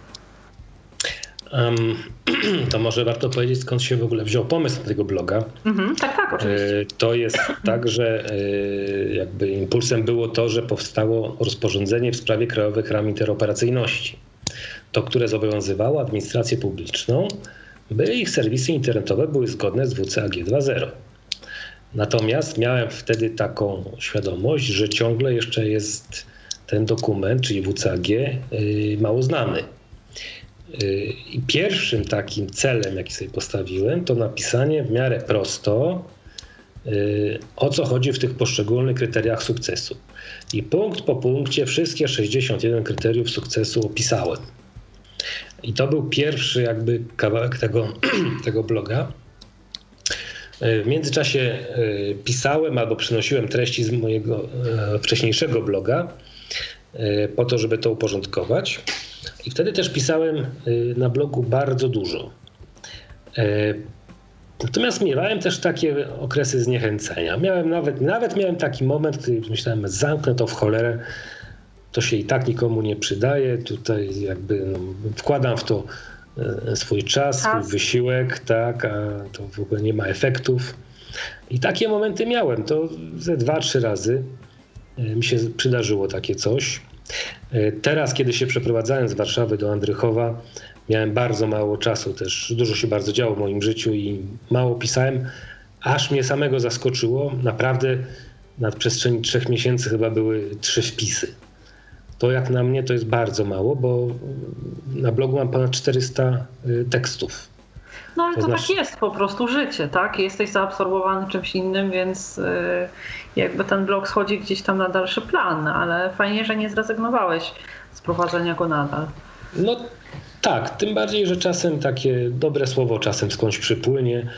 To może warto powiedzieć, skąd się w ogóle wziął pomysł na tego bloga. Tak, oczywiście. To jest tak, że jakby impulsem było to, że powstało rozporządzenie w sprawie krajowych ram interoperacyjności. To, które zobowiązywało administrację publiczną, by ich serwisy internetowe były zgodne z WCAG 2.0. Natomiast miałem wtedy taką świadomość, że ciągle jeszcze jest ten dokument, czyli WCAG, mało znany. I pierwszym takim celem, jaki sobie postawiłem, to napisanie w miarę prosto, o co chodzi w tych poszczególnych kryteriach sukcesu. I punkt po punkcie wszystkie 61 kryteriów sukcesu opisałem. I to był pierwszy jakby kawałek tego bloga. W międzyczasie pisałem albo przynosiłem treści z mojego wcześniejszego bloga po to, żeby to uporządkować. I wtedy też pisałem na blogu bardzo dużo. Natomiast miewałem też takie okresy zniechęcenia. Nawet miałem taki moment, kiedy myślałem, zamknę to w cholerę, to się i tak nikomu nie przydaje. Tutaj jakby wkładam w to swój czas, swój wysiłek, tak, a to w ogóle nie ma efektów. I takie momenty miałem. To ze 2-3 razy mi się przydarzyło takie coś. Teraz, kiedy się przeprowadzałem z Warszawy do Andrychowa, miałem bardzo mało czasu też. Dużo się bardzo działo w moim życiu i mało pisałem, aż mnie samego zaskoczyło. Naprawdę na przestrzeni 3 miesięcy chyba były 3 wpisy. To jak na mnie to jest bardzo mało, bo na blogu mam ponad 400 tekstów. No ale to tak jest po prostu życie, tak? Jesteś zaabsorbowany czymś innym, więc jakby ten blog schodzi gdzieś tam na dalszy plan, ale fajnie, że nie zrezygnowałeś z prowadzenia go nadal. No tak, tym bardziej, że czasem takie dobre słowo czasem skądś przypłynie.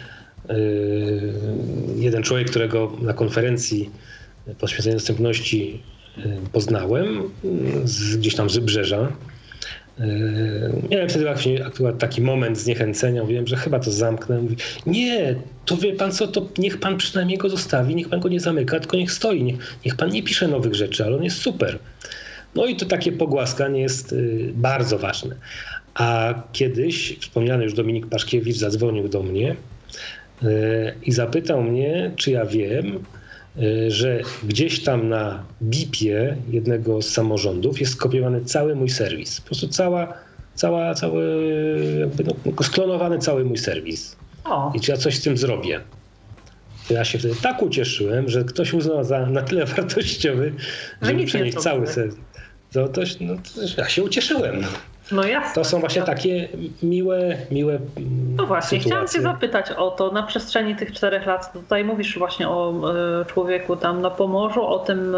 Jeden człowiek, którego na konferencji poświęconej dostępności poznałem, gdzieś tam z Wybrzeża. Miałem wtedy akurat taki moment zniechęcenia, mówiłem, że chyba to zamknę. Mówi, nie, to wie pan co, to niech pan przynajmniej go zostawi, niech pan go nie zamyka, tylko niech stoi, niech pan nie pisze nowych rzeczy, ale on jest super. No i to takie pogłaskanie jest bardzo ważne. A kiedyś wspomniany już Dominik Paszkiewicz zadzwonił do mnie i zapytał mnie, czy ja wiem, że gdzieś tam na BIP-ie jednego z samorządów jest skopiowany cały mój serwis. Po prostu sklonowany cały mój serwis. I czy ja coś z tym zrobię. To ja się wtedy tak ucieszyłem, że ktoś uznał za na tyle wartościowy, żeby przenieść cały serwis. Ja się ucieszyłem. No jasne. To są właśnie takie miłe No właśnie, sytuacje. chciałam cię zapytać o to na przestrzeni tych 4 lat. Tutaj mówisz właśnie o człowieku tam na Pomorzu, o tym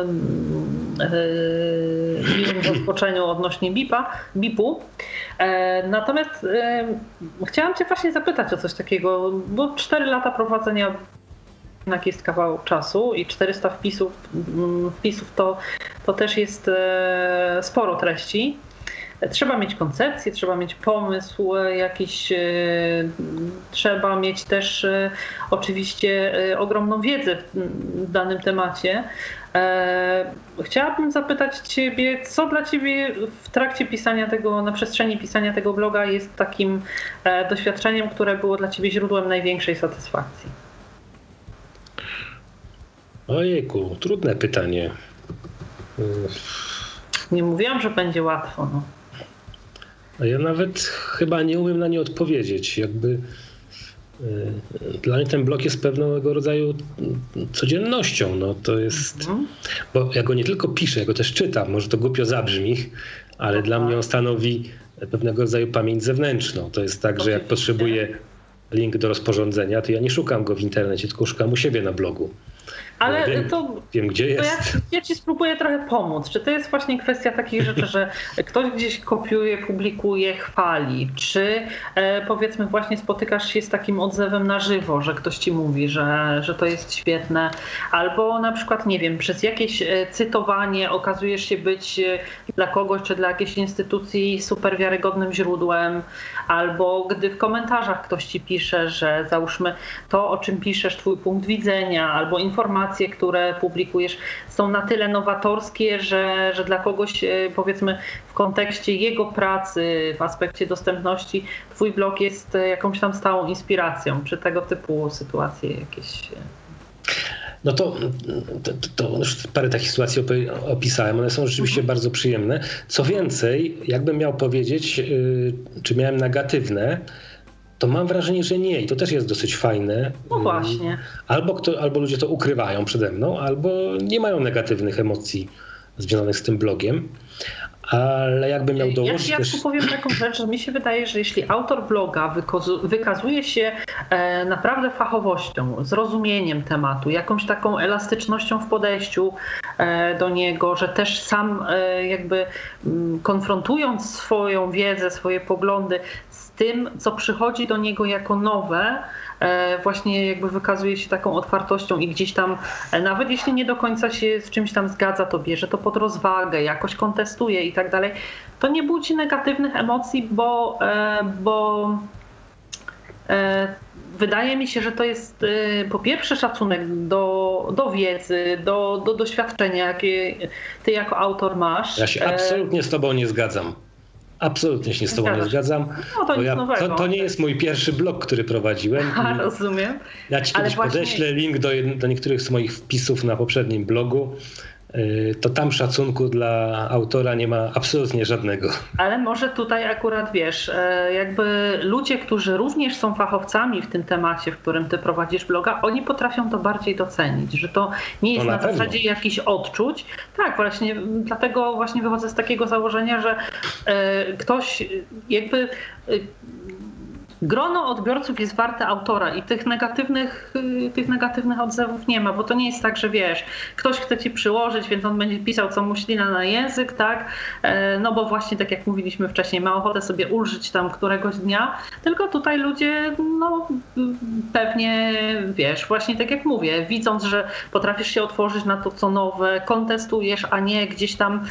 miłym zaskoczeniu odnośnie BIP-u. Natomiast chciałam cię właśnie zapytać o coś takiego, bo 4 lata prowadzenia jednak jest kawał czasu i 400 wpisów to też jest sporo treści. Trzeba mieć koncepcję, trzeba mieć pomysł jakiś, trzeba mieć też oczywiście ogromną wiedzę w danym temacie. Chciałabym zapytać ciebie, co dla ciebie w trakcie pisania tego, na przestrzeni pisania tego bloga jest takim doświadczeniem, które było dla ciebie źródłem największej satysfakcji? Ojejku, trudne pytanie. Nie mówiłam, że będzie łatwo. No. A ja nawet chyba nie umiem na nie odpowiedzieć. Dla mnie ten blog jest pewnego rodzaju codziennością. No, to jest, bo ja go nie tylko piszę, ja go też czytam. Może to głupio zabrzmi, ale dla mnie on stanowi pewnego rodzaju pamięć zewnętrzną. To jest tak, że jak potrzebuję link do rozporządzenia, to ja nie szukam go w internecie, tylko szukam u siebie na blogu. Ale wiem, gdzie jest. Ja ci spróbuję trochę pomóc. Czy to jest właśnie kwestia takich rzeczy, że ktoś gdzieś kopiuje, publikuje, chwali? Czy powiedzmy właśnie spotykasz się z takim odzewem na żywo, że ktoś ci mówi, że to jest świetne? Albo na przykład, nie wiem, przez jakieś cytowanie okazujesz się być dla kogoś czy dla jakiejś instytucji super wiarygodnym źródłem? Albo gdy w komentarzach ktoś ci pisze, że załóżmy to, o czym piszesz, twój punkt widzenia, albo informacje, które publikujesz, są na tyle nowatorskie, że dla kogoś, powiedzmy, w kontekście jego pracy, w aspekcie dostępności, twój blog jest jakąś tam stałą inspiracją. Czy tego typu sytuacje jakieś? No to już parę takich sytuacji opisałem. One są rzeczywiście bardzo przyjemne. Co więcej, jakbym miał powiedzieć, czy miałem negatywne, to mam wrażenie, że nie. I to też jest dosyć fajne. No właśnie. Albo ludzie to ukrywają przede mną, albo nie mają negatywnych emocji związanych z tym blogiem. Ale jakbym miał dołożyć Ja tu powiem taką rzecz, że mi się wydaje, że jeśli autor bloga wykazuje się naprawdę fachowością, zrozumieniem tematu, jakąś taką elastycznością w podejściu do niego, że też sam jakby konfrontując swoją wiedzę, swoje poglądy z tym, co przychodzi do niego jako nowe, właśnie jakby wykazuje się taką otwartością i gdzieś tam, nawet jeśli nie do końca się z czymś tam zgadza, to bierze to pod rozwagę, jakoś kontestuje i tak dalej, to nie budzi negatywnych emocji, bo wydaje mi się, że to jest po pierwsze szacunek do wiedzy, do doświadczenia, jakie ty jako autor masz. Ja się absolutnie z tobą nie zgadzam. Absolutnie się z tobą nie zgadzam. No to to nie jest mój pierwszy blog, który prowadziłem. Rozumiem. Ja ci kiedyś podeślę link do niektórych z moich wpisów na poprzednim blogu. To tam szacunku dla autora nie ma absolutnie żadnego. Ale może tutaj akurat wiesz, jakby ludzie, którzy również są fachowcami w tym temacie, w którym ty prowadzisz bloga, oni potrafią to bardziej docenić, że to nie jest na zasadzie jakichś odczuć. Tak, właśnie dlatego właśnie wychodzę z takiego założenia, że ktoś jakby grono odbiorców jest warte autora i tych negatywnych odzewów nie ma, bo to nie jest tak, że wiesz, ktoś chce ci przyłożyć, więc on będzie pisał, co mu ślina na język, tak? No bo właśnie tak jak mówiliśmy wcześniej, ma ochotę sobie ulżyć tam któregoś dnia, tylko tutaj ludzie, no pewnie, wiesz, właśnie tak jak mówię, widząc, że potrafisz się otworzyć na to, co nowe, kontestujesz, a nie gdzieś tam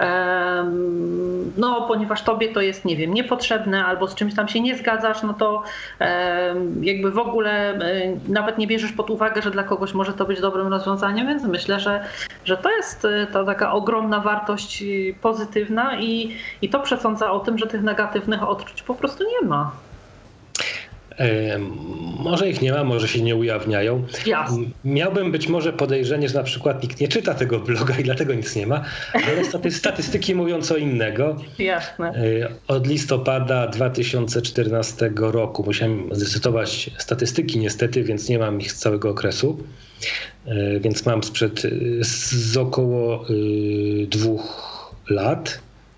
no ponieważ tobie to jest, nie wiem, niepotrzebne albo z czymś tam się nie zgadzasz, no to jakby w ogóle nawet nie bierzesz pod uwagę, że dla kogoś może to być dobrym rozwiązaniem, więc myślę, że to jest ta taka ogromna wartość pozytywna i to przesądza o tym, że tych negatywnych odczuć po prostu nie ma. Może ich nie ma, może się nie ujawniają. Jasne. Miałbym być może podejrzenie, że na przykład nikt nie czyta tego bloga i dlatego nic nie ma, ale statystyki mówią co innego. Jasne. Od listopada 2014 roku musiałem zrecytować statystyki niestety, więc nie mam ich z całego okresu. Więc mam z około 2 lat.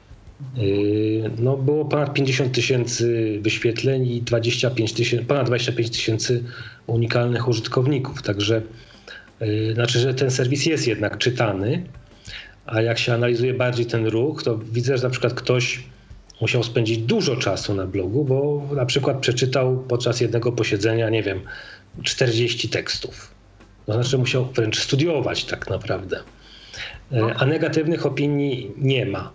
No, było ponad 50 000 wyświetleń i ponad 25 000 unikalnych użytkowników. Także znaczy, że ten serwis jest jednak czytany, a jak się analizuje bardziej ten ruch, to widzę, że na przykład ktoś musiał spędzić dużo czasu na blogu, bo na przykład przeczytał podczas jednego posiedzenia, 40 tekstów. To znaczy musiał wręcz studiować tak naprawdę. A negatywnych opinii nie ma.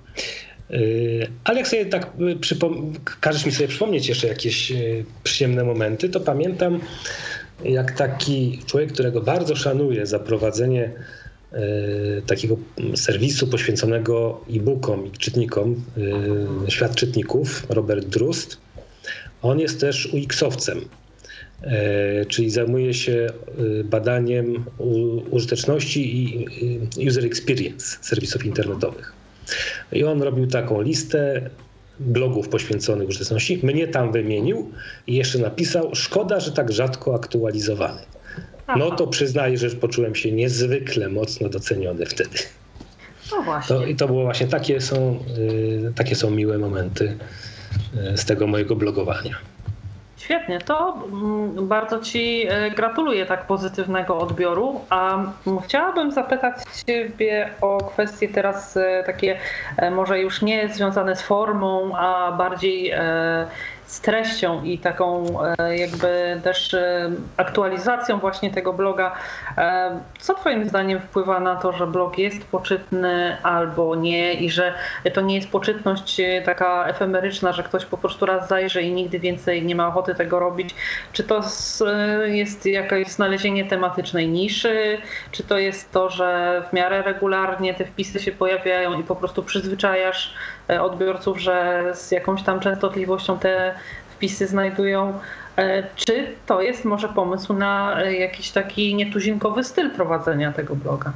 Ale jak sobie tak każesz mi sobie przypomnieć jeszcze jakieś przyjemne momenty, to pamiętam, jak taki człowiek, którego bardzo szanuję za prowadzenie takiego serwisu poświęconego e-bookom i czytnikom, Świat Czytników, Robert Drust, on jest też UX-owcem, czyli zajmuje się badaniem użyteczności i user experience serwisów internetowych. I on robił taką listę blogów poświęconych użyteczności. Mnie tam wymienił i jeszcze napisał: szkoda, że tak rzadko aktualizowany. No to przyznaję, że poczułem się niezwykle mocno doceniony wtedy. No właśnie. I to było właśnie takie są miłe momenty z tego mojego blogowania. Świetnie, to bardzo Ci gratuluję tak pozytywnego odbioru, a chciałabym zapytać Ciebie o kwestie teraz takie może już nie związane z formą, a bardziej z treścią i taką jakby też aktualizacją właśnie tego bloga. Co Twoim zdaniem wpływa na to, że blog jest poczytny albo nie i że to nie jest poczytność taka efemeryczna, że ktoś po prostu raz zajrzy i nigdy więcej nie ma ochoty tego robić? Czy to jest jakieś znalezienie tematycznej niszy? Czy to jest to, że w miarę regularnie te wpisy się pojawiają i po prostu przyzwyczajasz odbiorców, że z jakąś tam częstotliwością te wpisy znajdują? Czy to jest może pomysł na jakiś taki nietuzinkowy styl prowadzenia tego bloga?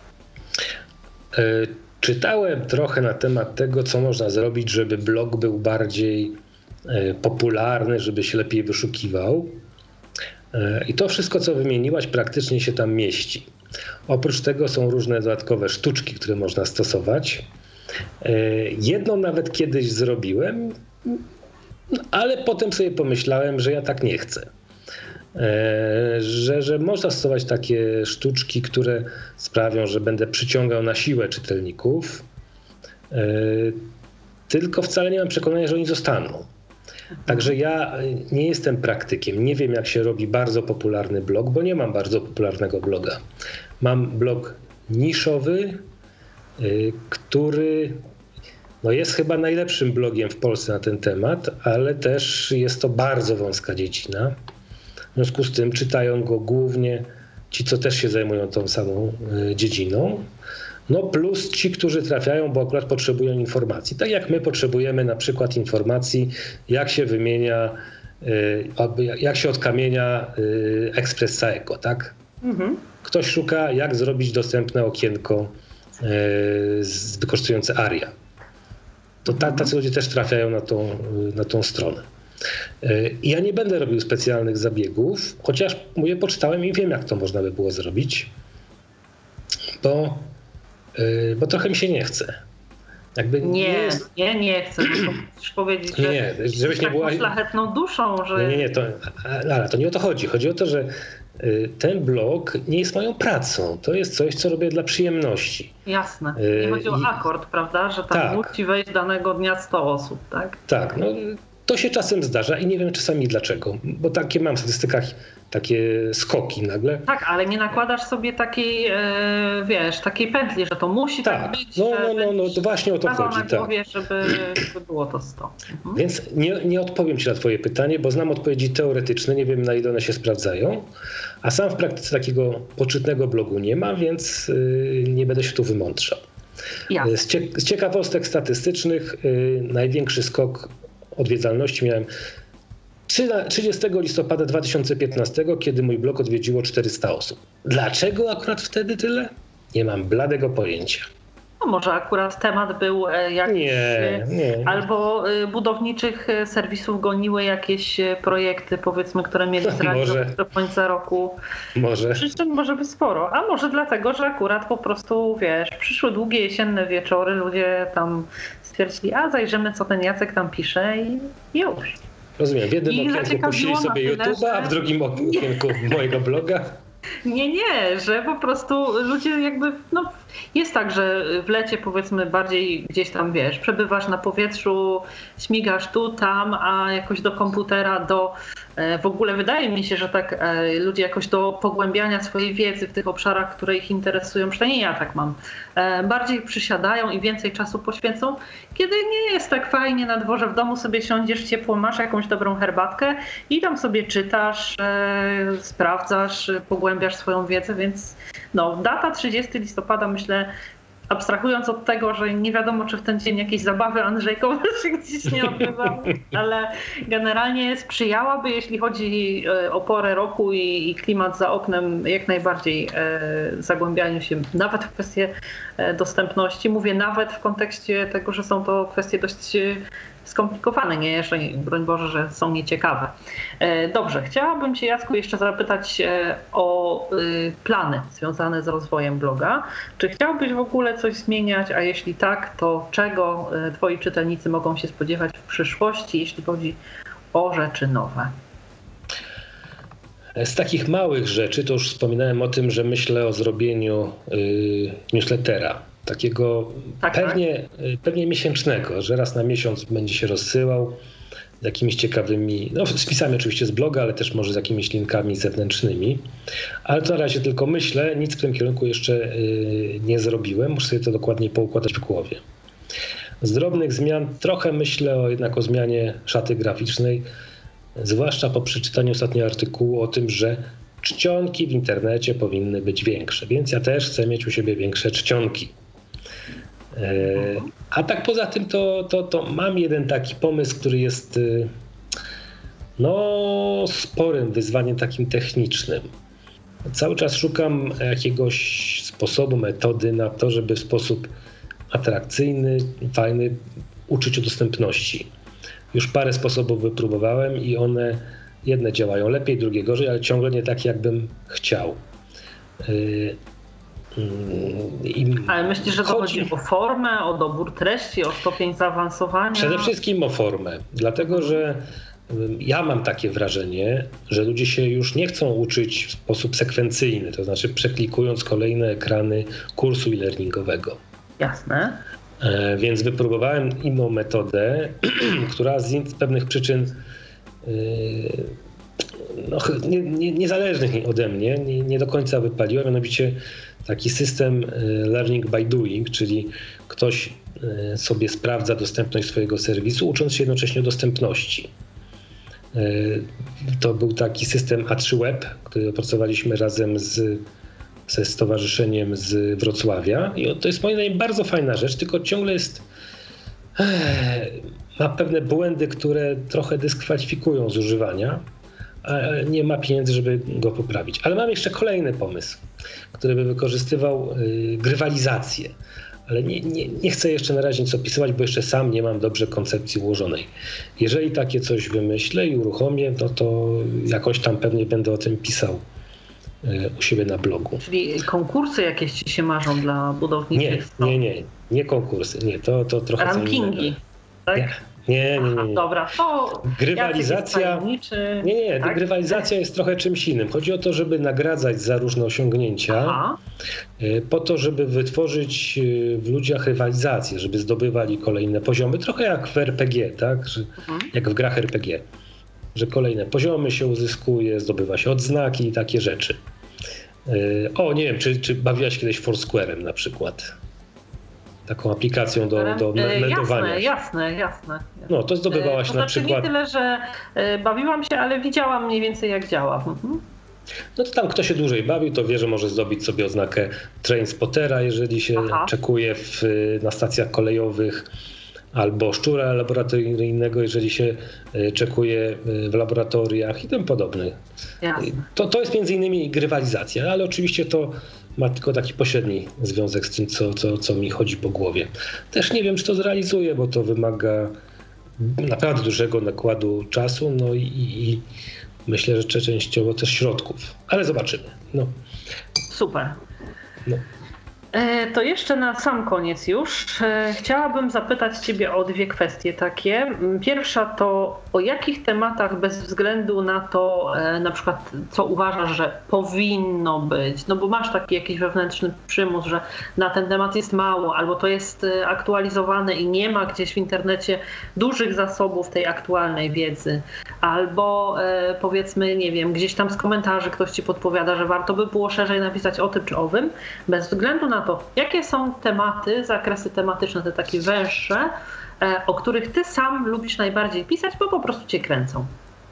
Czytałem trochę na temat tego, co można zrobić, żeby blog był bardziej popularny, żeby się lepiej wyszukiwał. I to wszystko, co wymieniłaś, praktycznie się tam mieści. Oprócz tego są różne dodatkowe sztuczki, które można stosować. Jedną nawet kiedyś zrobiłem, ale potem sobie pomyślałem, że ja tak nie chcę. Że można stosować takie sztuczki, które sprawią, że będę przyciągał na siłę czytelników, tylko wcale nie mam przekonania, że oni zostaną. Także ja nie jestem praktykiem, nie wiem, jak się robi bardzo popularny blog, bo nie mam bardzo popularnego bloga. Mam blog niszowy, który jest chyba najlepszym blogiem w Polsce na ten temat, ale też jest to bardzo wąska dziedzina. W związku z tym czytają go głównie ci, co też się zajmują tą samą dziedziną. No plus ci, którzy trafiają, bo akurat potrzebują informacji. Tak jak my potrzebujemy na przykład informacji, jak się wymienia, jak się odkamienia ekspres Saeco, tak? Mhm. Ktoś szuka, jak zrobić dostępne okienko wykorzystujące ARIA. To tacy ludzie też trafiają na tą stronę. Ja nie będę robił specjalnych zabiegów, chociaż poczytałem i wiem, jak to można by było zrobić, bo trochę mi się nie chce. Jakby nie chcę. Musisz powiedzieć, że żebyś nie była szlachetną duszą, że... Nie, to nie o to chodzi. Chodzi o to, że ten blog nie jest moją pracą. To jest coś, co robię dla przyjemności. Jasne. Nie chodzi o akord, prawda? Że tam musi wejść danego dnia 100 osób, tak? Tak, to się czasem zdarza i nie wiem czasami dlaczego, bo takie mam w statystykach takie skoki nagle. Tak, ale nie nakładasz sobie takiej, takiej pętli, że to musi tak być. To właśnie o to chodzi. Na głowie, żeby było to 100. Mhm. Więc nie odpowiem Ci na Twoje pytanie, bo znam odpowiedzi teoretyczne, nie wiem, na ile one się sprawdzają, a sam w praktyce takiego poczytnego blogu nie ma, więc nie będę się tu wymądrzał. Z ciekawostek statystycznych największy skok odwiedzalności miałem 30 listopada 2015, kiedy mój blog odwiedziło 400 osób. Dlaczego akurat wtedy tyle? Nie mam bladego pojęcia. No może akurat temat był jakiś... Nie. Albo budowniczych serwisów goniły jakieś projekty, powiedzmy, które mieli zrealizować do końca roku. Może. Przyczyn może być sporo. A może dlatego, że akurat po prostu, wiesz, przyszły długie jesienne wieczory, ludzie tam stwierdzili, a zajrzymy, co ten Jacek tam pisze i już. Rozumiem. W jednym okienku puścili sobie YouTube'a, a w drugim okienku mojego bloga. Nie, że po prostu ludzie jakby, no jest tak, że w lecie powiedzmy bardziej gdzieś tam, wiesz, przebywasz na powietrzu, śmigasz tu, tam, a jakoś do komputera, w ogóle wydaje mi się, że tak ludzie jakoś do pogłębiania swojej wiedzy w tych obszarach, które ich interesują, przynajmniej ja tak mam, bardziej przysiadają i więcej czasu poświęcą, kiedy nie jest tak fajnie na dworze, w domu sobie siądziesz ciepło, masz jakąś dobrą herbatkę i tam sobie czytasz, sprawdzasz, pogłębiasz swoją wiedzę, więc no, data 30 listopada, myślę, abstrahując od tego, że nie wiadomo, czy w ten dzień jakieś zabawy andrzejkowe się gdzieś nie odbywały, ale generalnie sprzyjałaby, jeśli chodzi o porę roku i klimat za oknem, jak najbardziej zagłębianiu się nawet w kwestie dostępności. Mówię nawet w kontekście tego, że są to kwestie dość skomplikowane, nie? Że, broń Boże, że są nieciekawe. Dobrze, chciałabym Cię, Jacku, jeszcze zapytać o plany związane z rozwojem bloga. Czy chciałbyś w ogóle coś zmieniać, a jeśli tak, to czego Twoi czytelnicy mogą się spodziewać w przyszłości, jeśli chodzi o rzeczy nowe? Z takich małych rzeczy, to już wspominałem o tym, że myślę o zrobieniu newslettera. Takiego pewnie miesięcznego, że raz na miesiąc będzie się rozsyłał z jakimiś ciekawymi, no z wpisami oczywiście z bloga, ale też może z jakimiś linkami zewnętrznymi. Ale to na razie tylko myślę, nic w tym kierunku jeszcze nie zrobiłem, muszę sobie to dokładnie poukładać w głowie. Z drobnych zmian trochę myślę jednak o zmianie szaty graficznej, zwłaszcza po przeczytaniu ostatniego artykułu o tym, że czcionki w internecie powinny być większe, więc ja też chcę mieć u siebie większe czcionki. A tak poza tym to mam jeden taki pomysł, który jest sporym wyzwaniem takim technicznym. Cały czas szukam jakiegoś sposobu, metody na to, żeby w sposób atrakcyjny, fajny uczyć o dostępności. Już parę sposobów wypróbowałem i one jedne działają lepiej, drugie gorzej, ale ciągle nie tak, jakbym chciał. Ale myślisz, że to chodzi o formę, o dobór treści, o stopień zaawansowania? Przede wszystkim o formę, dlatego że ja mam takie wrażenie, że ludzie się już nie chcą uczyć w sposób sekwencyjny, to znaczy przeklikując kolejne ekrany kursu e-learningowego. Jasne. Więc wypróbowałem inną metodę, która z pewnych przyczyn niezależnych ode mnie nie do końca wypaliła, mianowicie taki system learning by doing, czyli ktoś sobie sprawdza dostępność swojego serwisu, ucząc się jednocześnie o dostępności. To był taki system A3 Web, który opracowaliśmy razem ze stowarzyszeniem z Wrocławia i to jest moim zdaniem bardzo fajna rzecz, tylko ciągle ma pewne błędy, które trochę dyskwalifikują z używania, a nie ma pieniędzy, żeby go poprawić. Ale mam jeszcze kolejny pomysł, który by wykorzystywał grywalizację. Ale nie chcę jeszcze na razie nic opisywać, bo jeszcze sam nie mam dobrze koncepcji ułożonej. Jeżeli takie coś wymyślę i uruchomię, no to jakoś tam pewnie będę o tym pisał u siebie na blogu. Czyli konkursy jakieś ci się marzą dla budowniczych? Nie konkursy. Nie, to trochę rankingi, tak? Nie. Dobra, to grywalizacja. Tak? Grywalizacja jest trochę czymś innym. Chodzi o to, żeby nagradzać za różne osiągnięcia, po to, żeby wytworzyć w ludziach rywalizację, żeby zdobywali kolejne poziomy, trochę jak w RPG, tak? Jak w grach RPG, że kolejne poziomy się uzyskuje, zdobywa się odznaki i takie rzeczy. Nie wiem, czy bawiłaś kiedyś Foursquare'em na przykład? Taką aplikacją do meldowania. Jasne. No, to zdobywałaś na przykład... Nie tyle, że bawiłam się, ale widziałam mniej więcej, jak działa. No to tam kto się dłużej bawił, to wie, że może zdobyć sobie oznakę Trainspotera, jeżeli się czekuje na stacjach kolejowych, albo szczura laboratoryjnego, jeżeli się czekuje w laboratoriach i tym podobne. To jest między innymi grywalizacja, ale oczywiście to ma tylko taki pośredni związek z tym, co mi chodzi po głowie. Też nie wiem, czy to zrealizuję, bo to wymaga naprawdę dużego nakładu czasu, no i myślę, że częściowo też środków, ale zobaczymy. No. Super. No. To jeszcze na sam koniec już chciałabym zapytać Ciebie o 2 kwestie takie. Pierwsza to o jakich tematach bez względu na to, na przykład co uważasz, że powinno być, no bo masz taki jakiś wewnętrzny przymus, że na ten temat jest mało, albo to jest aktualizowane i nie ma gdzieś w internecie dużych zasobów tej aktualnej wiedzy, albo powiedzmy, nie wiem, gdzieś tam z komentarzy ktoś Ci podpowiada, że warto by było szerzej napisać o tym czy owym, bez względu na to, jakie są tematy, zakresy tematyczne, te takie węższe, o których Ty sam lubisz najbardziej pisać, bo po prostu Cię kręcą.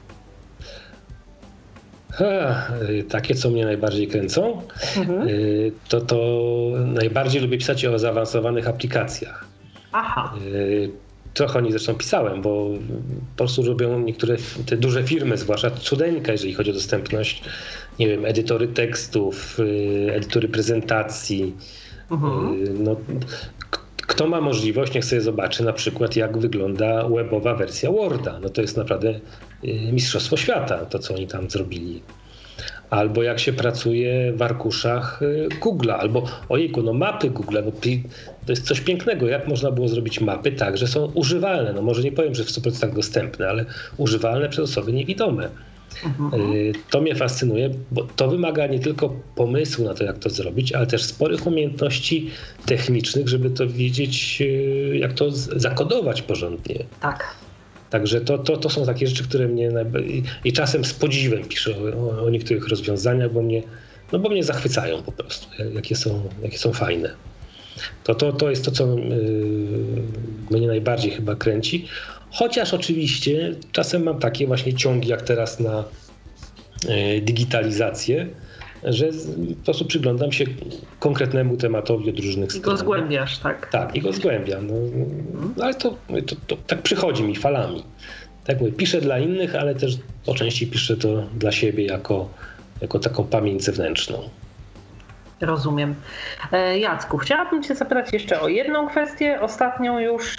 Takie, co mnie najbardziej kręcą, to najbardziej lubię pisać o zaawansowanych aplikacjach. Aha. Trochę o nich zresztą pisałem, bo po prostu robią niektóre te duże firmy, zwłaszcza cudeńka, jeżeli chodzi o dostępność, nie wiem, edytory tekstów, edytory prezentacji. No, kto ma możliwość, niech sobie zobaczy na przykład, jak wygląda webowa wersja Worda. No to jest naprawdę mistrzostwo świata, to co oni tam zrobili. Albo jak się pracuje w arkuszach Google'a, albo ojejku, no mapy Google'a, no to jest coś pięknego, jak można było zrobić mapy tak, że są używalne. No może nie powiem, że w 100% dostępne, ale używalne przez osoby niewidome. To mnie fascynuje, bo to wymaga nie tylko pomysłu na to, jak to zrobić, ale też sporych umiejętności technicznych, żeby to wiedzieć, jak to zakodować porządnie. Tak. Także to są takie rzeczy, które mnie i czasem z podziwem piszę o niektórych rozwiązaniach, bo mnie zachwycają po prostu, jakie są fajne. To jest to, co mnie najbardziej chyba kręci. Chociaż oczywiście czasem mam takie właśnie ciągi, jak teraz na digitalizację, że po prostu przyglądam się konkretnemu tematowi od różnych stron. I go zgłębiasz, tak? Tak, i go zgłębiam. No, ale to tak przychodzi mi falami. Tak mówię, piszę dla innych, ale też po części piszę to dla siebie jako taką pamięć zewnętrzną. Rozumiem. Jacku, chciałabym Cię zapytać jeszcze o jedną kwestię, ostatnią już.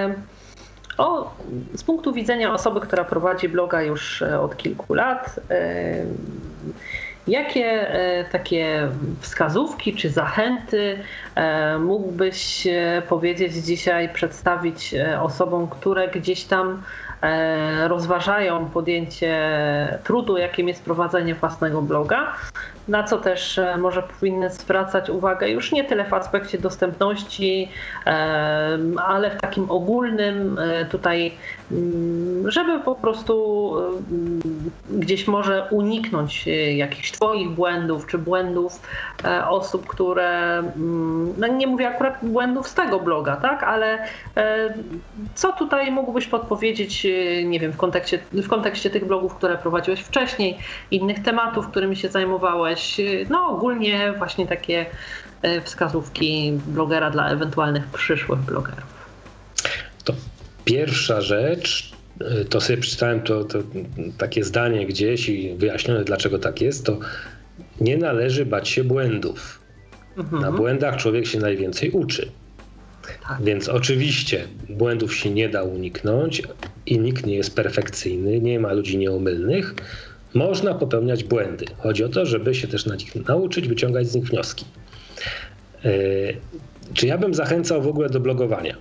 Z punktu widzenia osoby, która prowadzi bloga już od kilku lat, jakie takie wskazówki czy zachęty mógłbyś powiedzieć dzisiaj, przedstawić osobom, które gdzieś tam rozważają podjęcie trudu, jakim jest prowadzenie własnego bloga, na co też może powinny zwracać uwagę już nie tyle w aspekcie dostępności, ale w takim ogólnym tutaj, żeby po prostu gdzieś może uniknąć jakichś Twoich błędów, czy błędów osób, które, no nie mówię akurat błędów z tego bloga, tak, ale co tutaj mógłbyś podpowiedzieć, nie wiem, w kontekście tych blogów, które prowadziłeś wcześniej, innych tematów, którymi się zajmowałeś, no ogólnie właśnie takie wskazówki blogera dla ewentualnych przyszłych blogerów. To pierwsza rzecz, to sobie przeczytałem to takie zdanie gdzieś i wyjaśnione, dlaczego tak jest, to nie należy bać się błędów. Na błędach człowiek się najwięcej uczy. Tak. Więc oczywiście błędów się nie da uniknąć i nikt nie jest perfekcyjny, nie ma ludzi nieomylnych. Można popełniać błędy. Chodzi o to, żeby się też na nich nauczyć, wyciągać z nich wnioski. Czy ja bym zachęcał w ogóle do blogowania?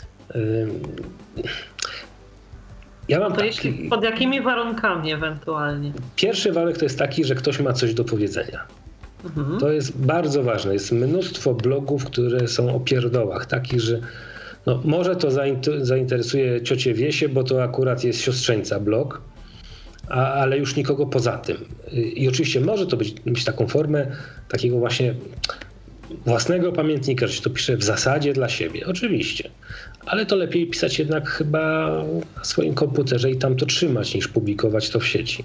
Ja mam pod jakimi warunkami ewentualnie? Pierwszy warunek to jest taki, że ktoś ma coś do powiedzenia. To jest bardzo ważne. Jest mnóstwo blogów, które są o pierdołach, takich, że no, może to zainteresuje ciocię Wiesię, bo to akurat jest siostrzeńca blog, ale już nikogo poza tym. I oczywiście może to mieć taką formę takiego właśnie własnego pamiętnika, że się to pisze w zasadzie dla siebie. Oczywiście. Ale to lepiej pisać jednak chyba na swoim komputerze i tam to trzymać, niż publikować to w sieci.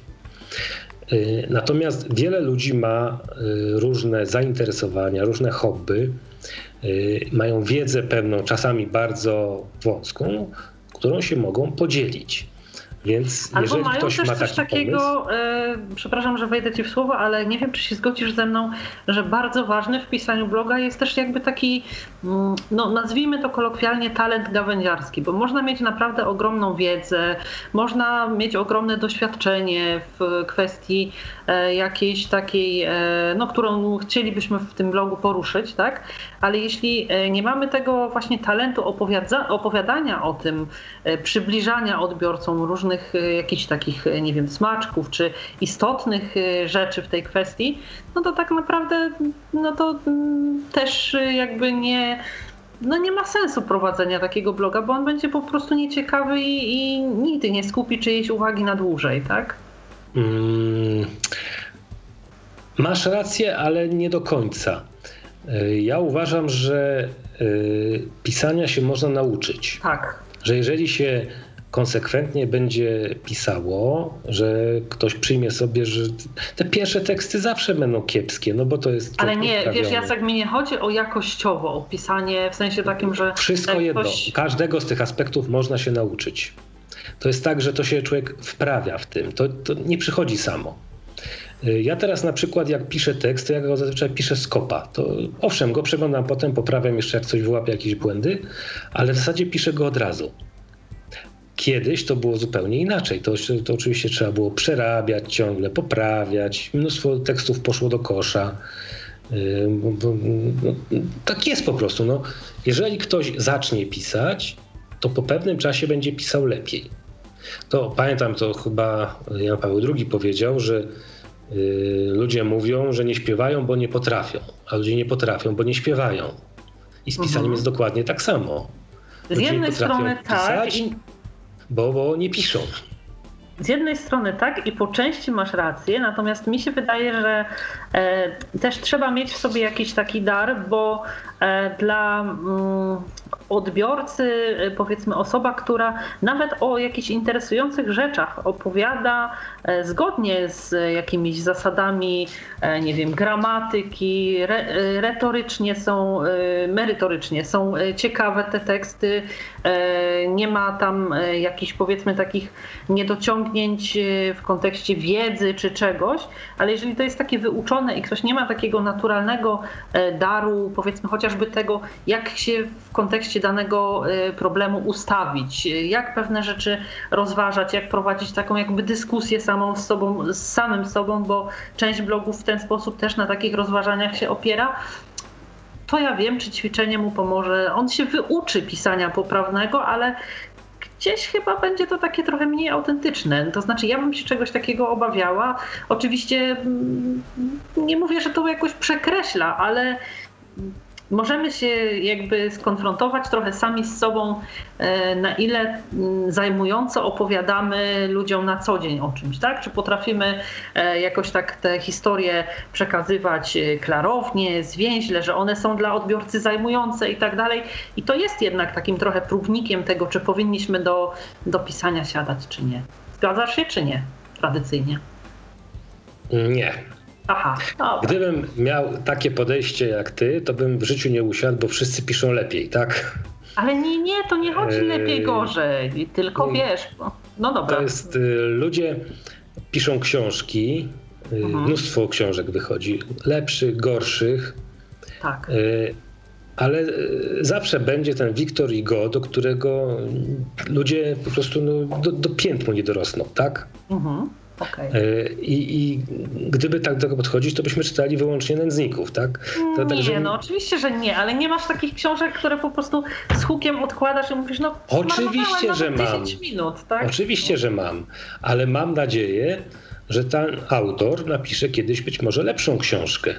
Natomiast wiele ludzi ma różne zainteresowania, różne hobby mają wiedzę pewną, czasami bardzo wąską, którą się mogą podzielić. Więc albo jeżeli mają ktoś też ma coś taki takiego, pomysł, przepraszam, że wejdę ci w słowo, ale nie wiem, czy się zgodzisz ze mną, że bardzo ważny w pisaniu bloga jest też jakby taki, no nazwijmy to kolokwialnie, talent gawędziarski, bo można mieć naprawdę ogromną wiedzę, można mieć ogromne doświadczenie w kwestii jakiejś takiej, no którą chcielibyśmy w tym blogu poruszyć, tak? Ale jeśli nie mamy tego właśnie talentu opowiadania o tym, przybliżania odbiorcom różnych jakichś takich, nie wiem, smaczków czy istotnych rzeczy w tej kwestii, no to tak naprawdę no to też jakby nie ma sensu prowadzenia takiego bloga, bo on będzie po prostu nieciekawy i nigdy nie skupi czyjejś uwagi na dłużej, tak? Masz rację, ale nie do końca. Ja uważam, że pisania się można nauczyć. Tak. Że jeżeli się konsekwentnie będzie pisało, że ktoś przyjmie sobie, że te pierwsze teksty zawsze będą kiepskie, no bo to jest... Ale nie, wiesz, Jacek, mi nie chodzi o jakościowo, o pisanie w sensie takim, że... Wszystko jedno, każdego z tych aspektów można się nauczyć. To jest tak, że to się człowiek wprawia w tym, to nie przychodzi samo. Ja teraz na przykład jak piszę tekst, to ja go zazwyczaj piszę z kopa. To owszem, go przeglądam potem, poprawiam jeszcze jak coś wyłapię, jakieś błędy, ale w zasadzie piszę go od razu. Kiedyś to było zupełnie inaczej. To oczywiście trzeba było przerabiać ciągle, poprawiać. Mnóstwo tekstów poszło do kosza. Tak jest po prostu. No, jeżeli ktoś zacznie pisać, to po pewnym czasie będzie pisał lepiej. To pamiętam, to chyba Jan Paweł II powiedział, że ludzie mówią, że nie śpiewają, bo nie potrafią, a ludzie nie potrafią, bo nie śpiewają. I z pisaniem jest dokładnie tak samo. Z jednej strony tak, bo nie piszą. Z jednej strony tak i po części masz rację, natomiast mi się wydaje, że też trzeba mieć w sobie jakiś taki dar, bo dla odbiorcy, powiedzmy osoba, która nawet o jakichś interesujących rzeczach opowiada zgodnie z jakimiś zasadami, nie wiem, gramatyki, merytorycznie są ciekawe te teksty, nie ma tam jakichś, powiedzmy, takich niedociągnięć w kontekście wiedzy czy czegoś, ale jeżeli to jest takie wyuczone i ktoś nie ma takiego naturalnego daru, powiedzmy chociażby tego, jak się w kontekście danego problemu ustawić, jak pewne rzeczy rozważać, jak prowadzić taką jakby dyskusję z samym sobą, bo część blogów w ten sposób też na takich rozważaniach się opiera, to ja wiem, czy ćwiczenie mu pomoże. On się wyuczy pisania poprawnego, ale gdzieś chyba będzie to takie trochę mniej autentyczne. To znaczy, ja bym się czegoś takiego obawiała. Oczywiście nie mówię, że to jakoś przekreśla, ale możemy się jakby skonfrontować trochę sami z sobą, na ile zajmująco opowiadamy ludziom na co dzień o czymś, tak? Czy potrafimy jakoś tak te historie przekazywać klarownie, zwięźle, że one są dla odbiorcy zajmujące i tak dalej. I to jest jednak takim trochę próbnikiem tego, czy powinniśmy do pisania siadać, czy nie. Zgadzasz się, czy nie? Tradycyjnie. Nie. Aha, dobra. Gdybym miał takie podejście jak ty, to bym w życiu nie usiadł, bo wszyscy piszą lepiej, tak? Ale nie, to nie chodzi lepiej, gorzej, tylko wiesz, no dobra. To jest, ludzie piszą książki, mnóstwo książek wychodzi, lepszych, gorszych, tak. Ale zawsze będzie ten Victor Hugo, do którego ludzie po prostu do pięt mu nie dorosną, tak? Okay. I gdyby tak do tego podchodzić, to byśmy czytali wyłącznie nędzników, tak? No oczywiście, że nie, ale nie masz takich książek, które po prostu z hukiem odkładasz i mówisz, no oczywiście, że mam. 10 minut, tak? Oczywiście, że mam, ale mam nadzieję, że ten autor napisze kiedyś być może lepszą książkę.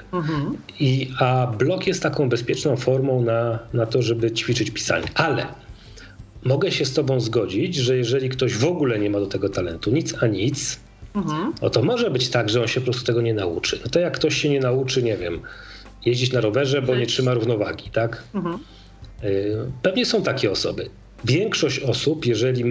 A blog jest taką bezpieczną formą na to, żeby ćwiczyć pisanie. Ale mogę się z tobą zgodzić, że jeżeli ktoś w ogóle nie ma do tego talentu, nic a nic, no to może być tak, że on się po prostu tego nie nauczy. No to jak ktoś się nie nauczy, nie wiem, jeździć na rowerze, bo nie trzyma równowagi, tak? Pewnie są takie osoby. Większość osób, jeżeli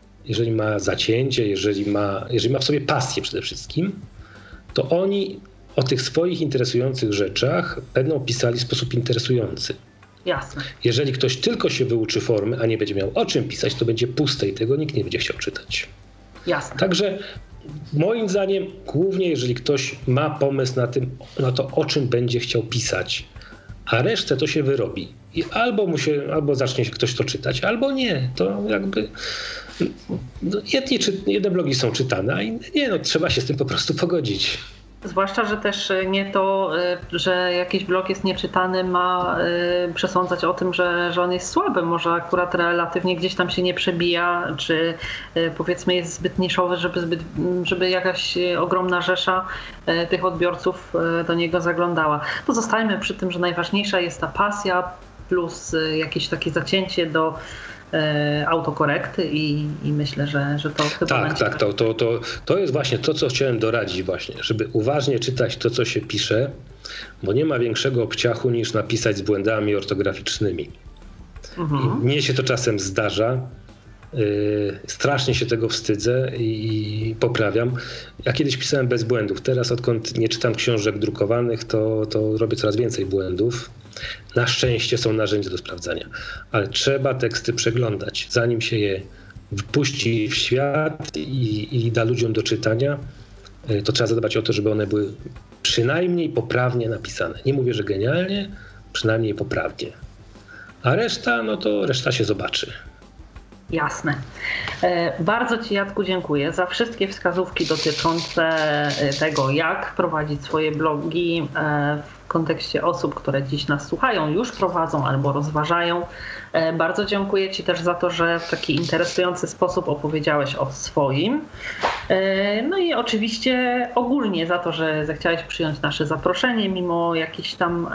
ma zacięcie, jeżeli ma w sobie pasję przede wszystkim, to oni o tych swoich interesujących rzeczach będą pisali w sposób interesujący. Jasne. Jeżeli ktoś tylko się wyuczy formy, a nie będzie miał o czym pisać, to będzie puste i tego nikt nie będzie chciał czytać. Jasne. Także moim zdaniem, głównie jeżeli ktoś ma pomysł na to, o czym będzie chciał pisać, a resztę to się wyrobi. I albo zacznie się ktoś to czytać, albo nie. To jakby jedne blogi są czytane, a inne nie. No, trzeba się z tym po prostu pogodzić. Zwłaszcza, że też nie to, że jakiś blog jest nieczytany, ma przesądzać o tym, że on jest słaby. Może akurat relatywnie gdzieś tam się nie przebija, czy powiedzmy jest zbyt niszowy, żeby jakaś ogromna rzesza tych odbiorców do niego zaglądała. Pozostajmy przy tym, że najważniejsza jest ta pasja plus jakieś takie zacięcie do autokorekty i myślę, że to chyba będzie... Tak, to jest właśnie to, co chciałem doradzić właśnie, żeby uważnie czytać to, co się pisze, bo nie ma większego obciachu niż napisać z błędami ortograficznymi. Mhm. Mnie się to czasem zdarza, strasznie się tego wstydzę i poprawiam. Ja kiedyś pisałem bez błędów, teraz odkąd nie czytam książek drukowanych, to robię coraz więcej błędów. Na szczęście są narzędzia do sprawdzania, ale trzeba teksty przeglądać, zanim się je wpuści w świat i da ludziom do czytania, to trzeba zadbać o to, żeby one były przynajmniej poprawnie napisane. Nie mówię, że genialnie, przynajmniej poprawnie. A reszta, no to reszta się zobaczy. Jasne. Bardzo Ci, Jacku, dziękuję za wszystkie wskazówki dotyczące tego, jak prowadzić swoje blogi w kontekście osób, które dziś nas słuchają, już prowadzą albo rozważają. Bardzo dziękuję Ci też za to, że w taki interesujący sposób opowiedziałeś o swoim. No i oczywiście ogólnie za to, że zechciałeś przyjąć nasze zaproszenie, mimo jakichś tam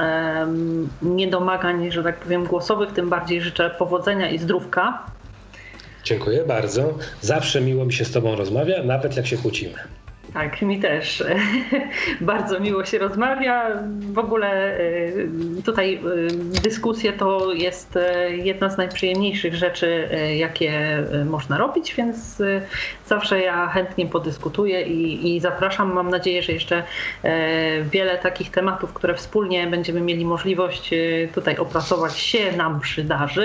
niedomagań, że tak powiem, głosowych. Tym bardziej życzę powodzenia i zdrówka. Dziękuję bardzo. Zawsze miło mi się z Tobą rozmawia, nawet jak się kłócimy. Tak, mi też. Bardzo miło się rozmawia. W ogóle tutaj dyskusje to jest jedna z najprzyjemniejszych rzeczy, jakie można robić, więc zawsze ja chętnie podyskutuję i zapraszam. Mam nadzieję, że jeszcze wiele takich tematów, które wspólnie będziemy mieli możliwość tutaj opracować, się nam przydarzy.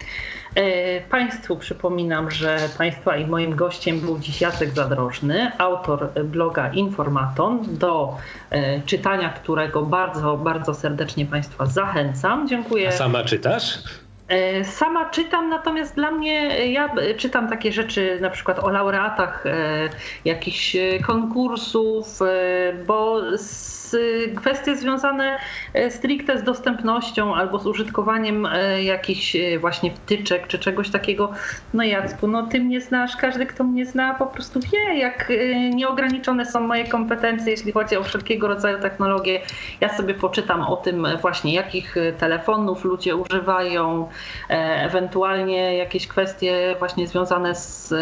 Państwu przypominam, że Państwa i moim gościem był dziś Jacek Zadrożny, autor bloga Informaton, do czytania którego bardzo, bardzo serdecznie Państwa zachęcam. Dziękuję. A sama czytasz? Sama czytam, natomiast dla mnie, ja czytam takie rzeczy na przykład o laureatach jakichś konkursów, bo kwestie związane stricte z dostępnością albo z użytkowaniem jakichś właśnie wtyczek czy czegoś takiego. No Jacku, no Ty mnie znasz, każdy kto mnie zna po prostu wie, jak nieograniczone są moje kompetencje, jeśli chodzi o wszelkiego rodzaju technologie. Ja sobie poczytam o tym właśnie, jakich telefonów ludzie używają, ewentualnie jakieś kwestie właśnie związane z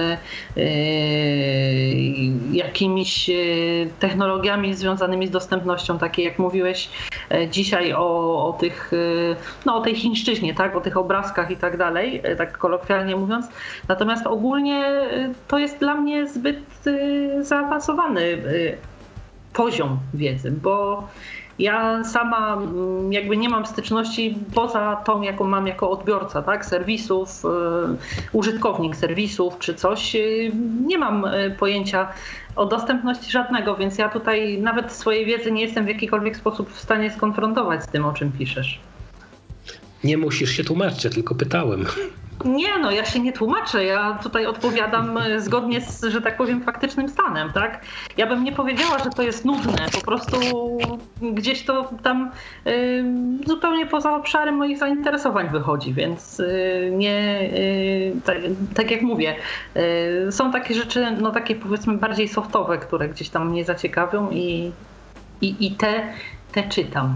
jakimiś technologiami związanymi z dostępnością, takie jak mówiłeś dzisiaj o tych, no o tej chińszczyźnie, tak, o tych obrazkach i tak dalej, tak kolokwialnie mówiąc. Natomiast ogólnie to jest dla mnie zbyt zaawansowany poziom wiedzy, bo ja sama jakby nie mam styczności poza tą, jaką mam jako odbiorca, tak, serwisów, użytkownik serwisów czy coś. Nie mam pojęcia o dostępności żadnego, więc ja tutaj nawet swojej wiedzy nie jestem w jakikolwiek sposób w stanie skonfrontować z tym, o czym piszesz. Nie musisz się tłumaczyć, ja tylko pytałem. Nie, no ja się nie tłumaczę, ja tutaj odpowiadam zgodnie z, że tak powiem, faktycznym stanem, tak? Ja bym nie powiedziała, że to jest nudne, po prostu gdzieś to tam zupełnie poza obszarem moich zainteresowań wychodzi, więc nie, tak jak mówię, są takie rzeczy, no takie powiedzmy bardziej softowe, które gdzieś tam mnie zaciekawią i te czytam.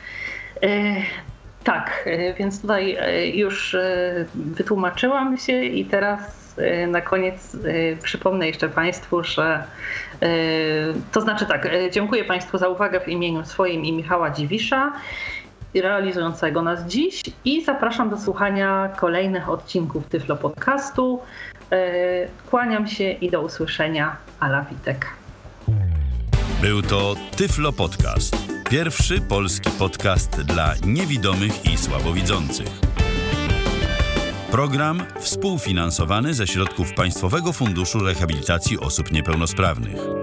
Tak, więc tutaj już wytłumaczyłam się i teraz na koniec przypomnę jeszcze Państwu, że to znaczy tak, dziękuję Państwu za uwagę w imieniu swoim i Michała Dziwisza, realizującego nas dziś, i zapraszam do słuchania kolejnych odcinków Tyflo Podcastu. Kłaniam się i do usłyszenia. Ala Witek. Był to Tyflo Podcast. Pierwszy polski podcast dla niewidomych i słabowidzących. Program współfinansowany ze środków Państwowego Funduszu Rehabilitacji Osób Niepełnosprawnych.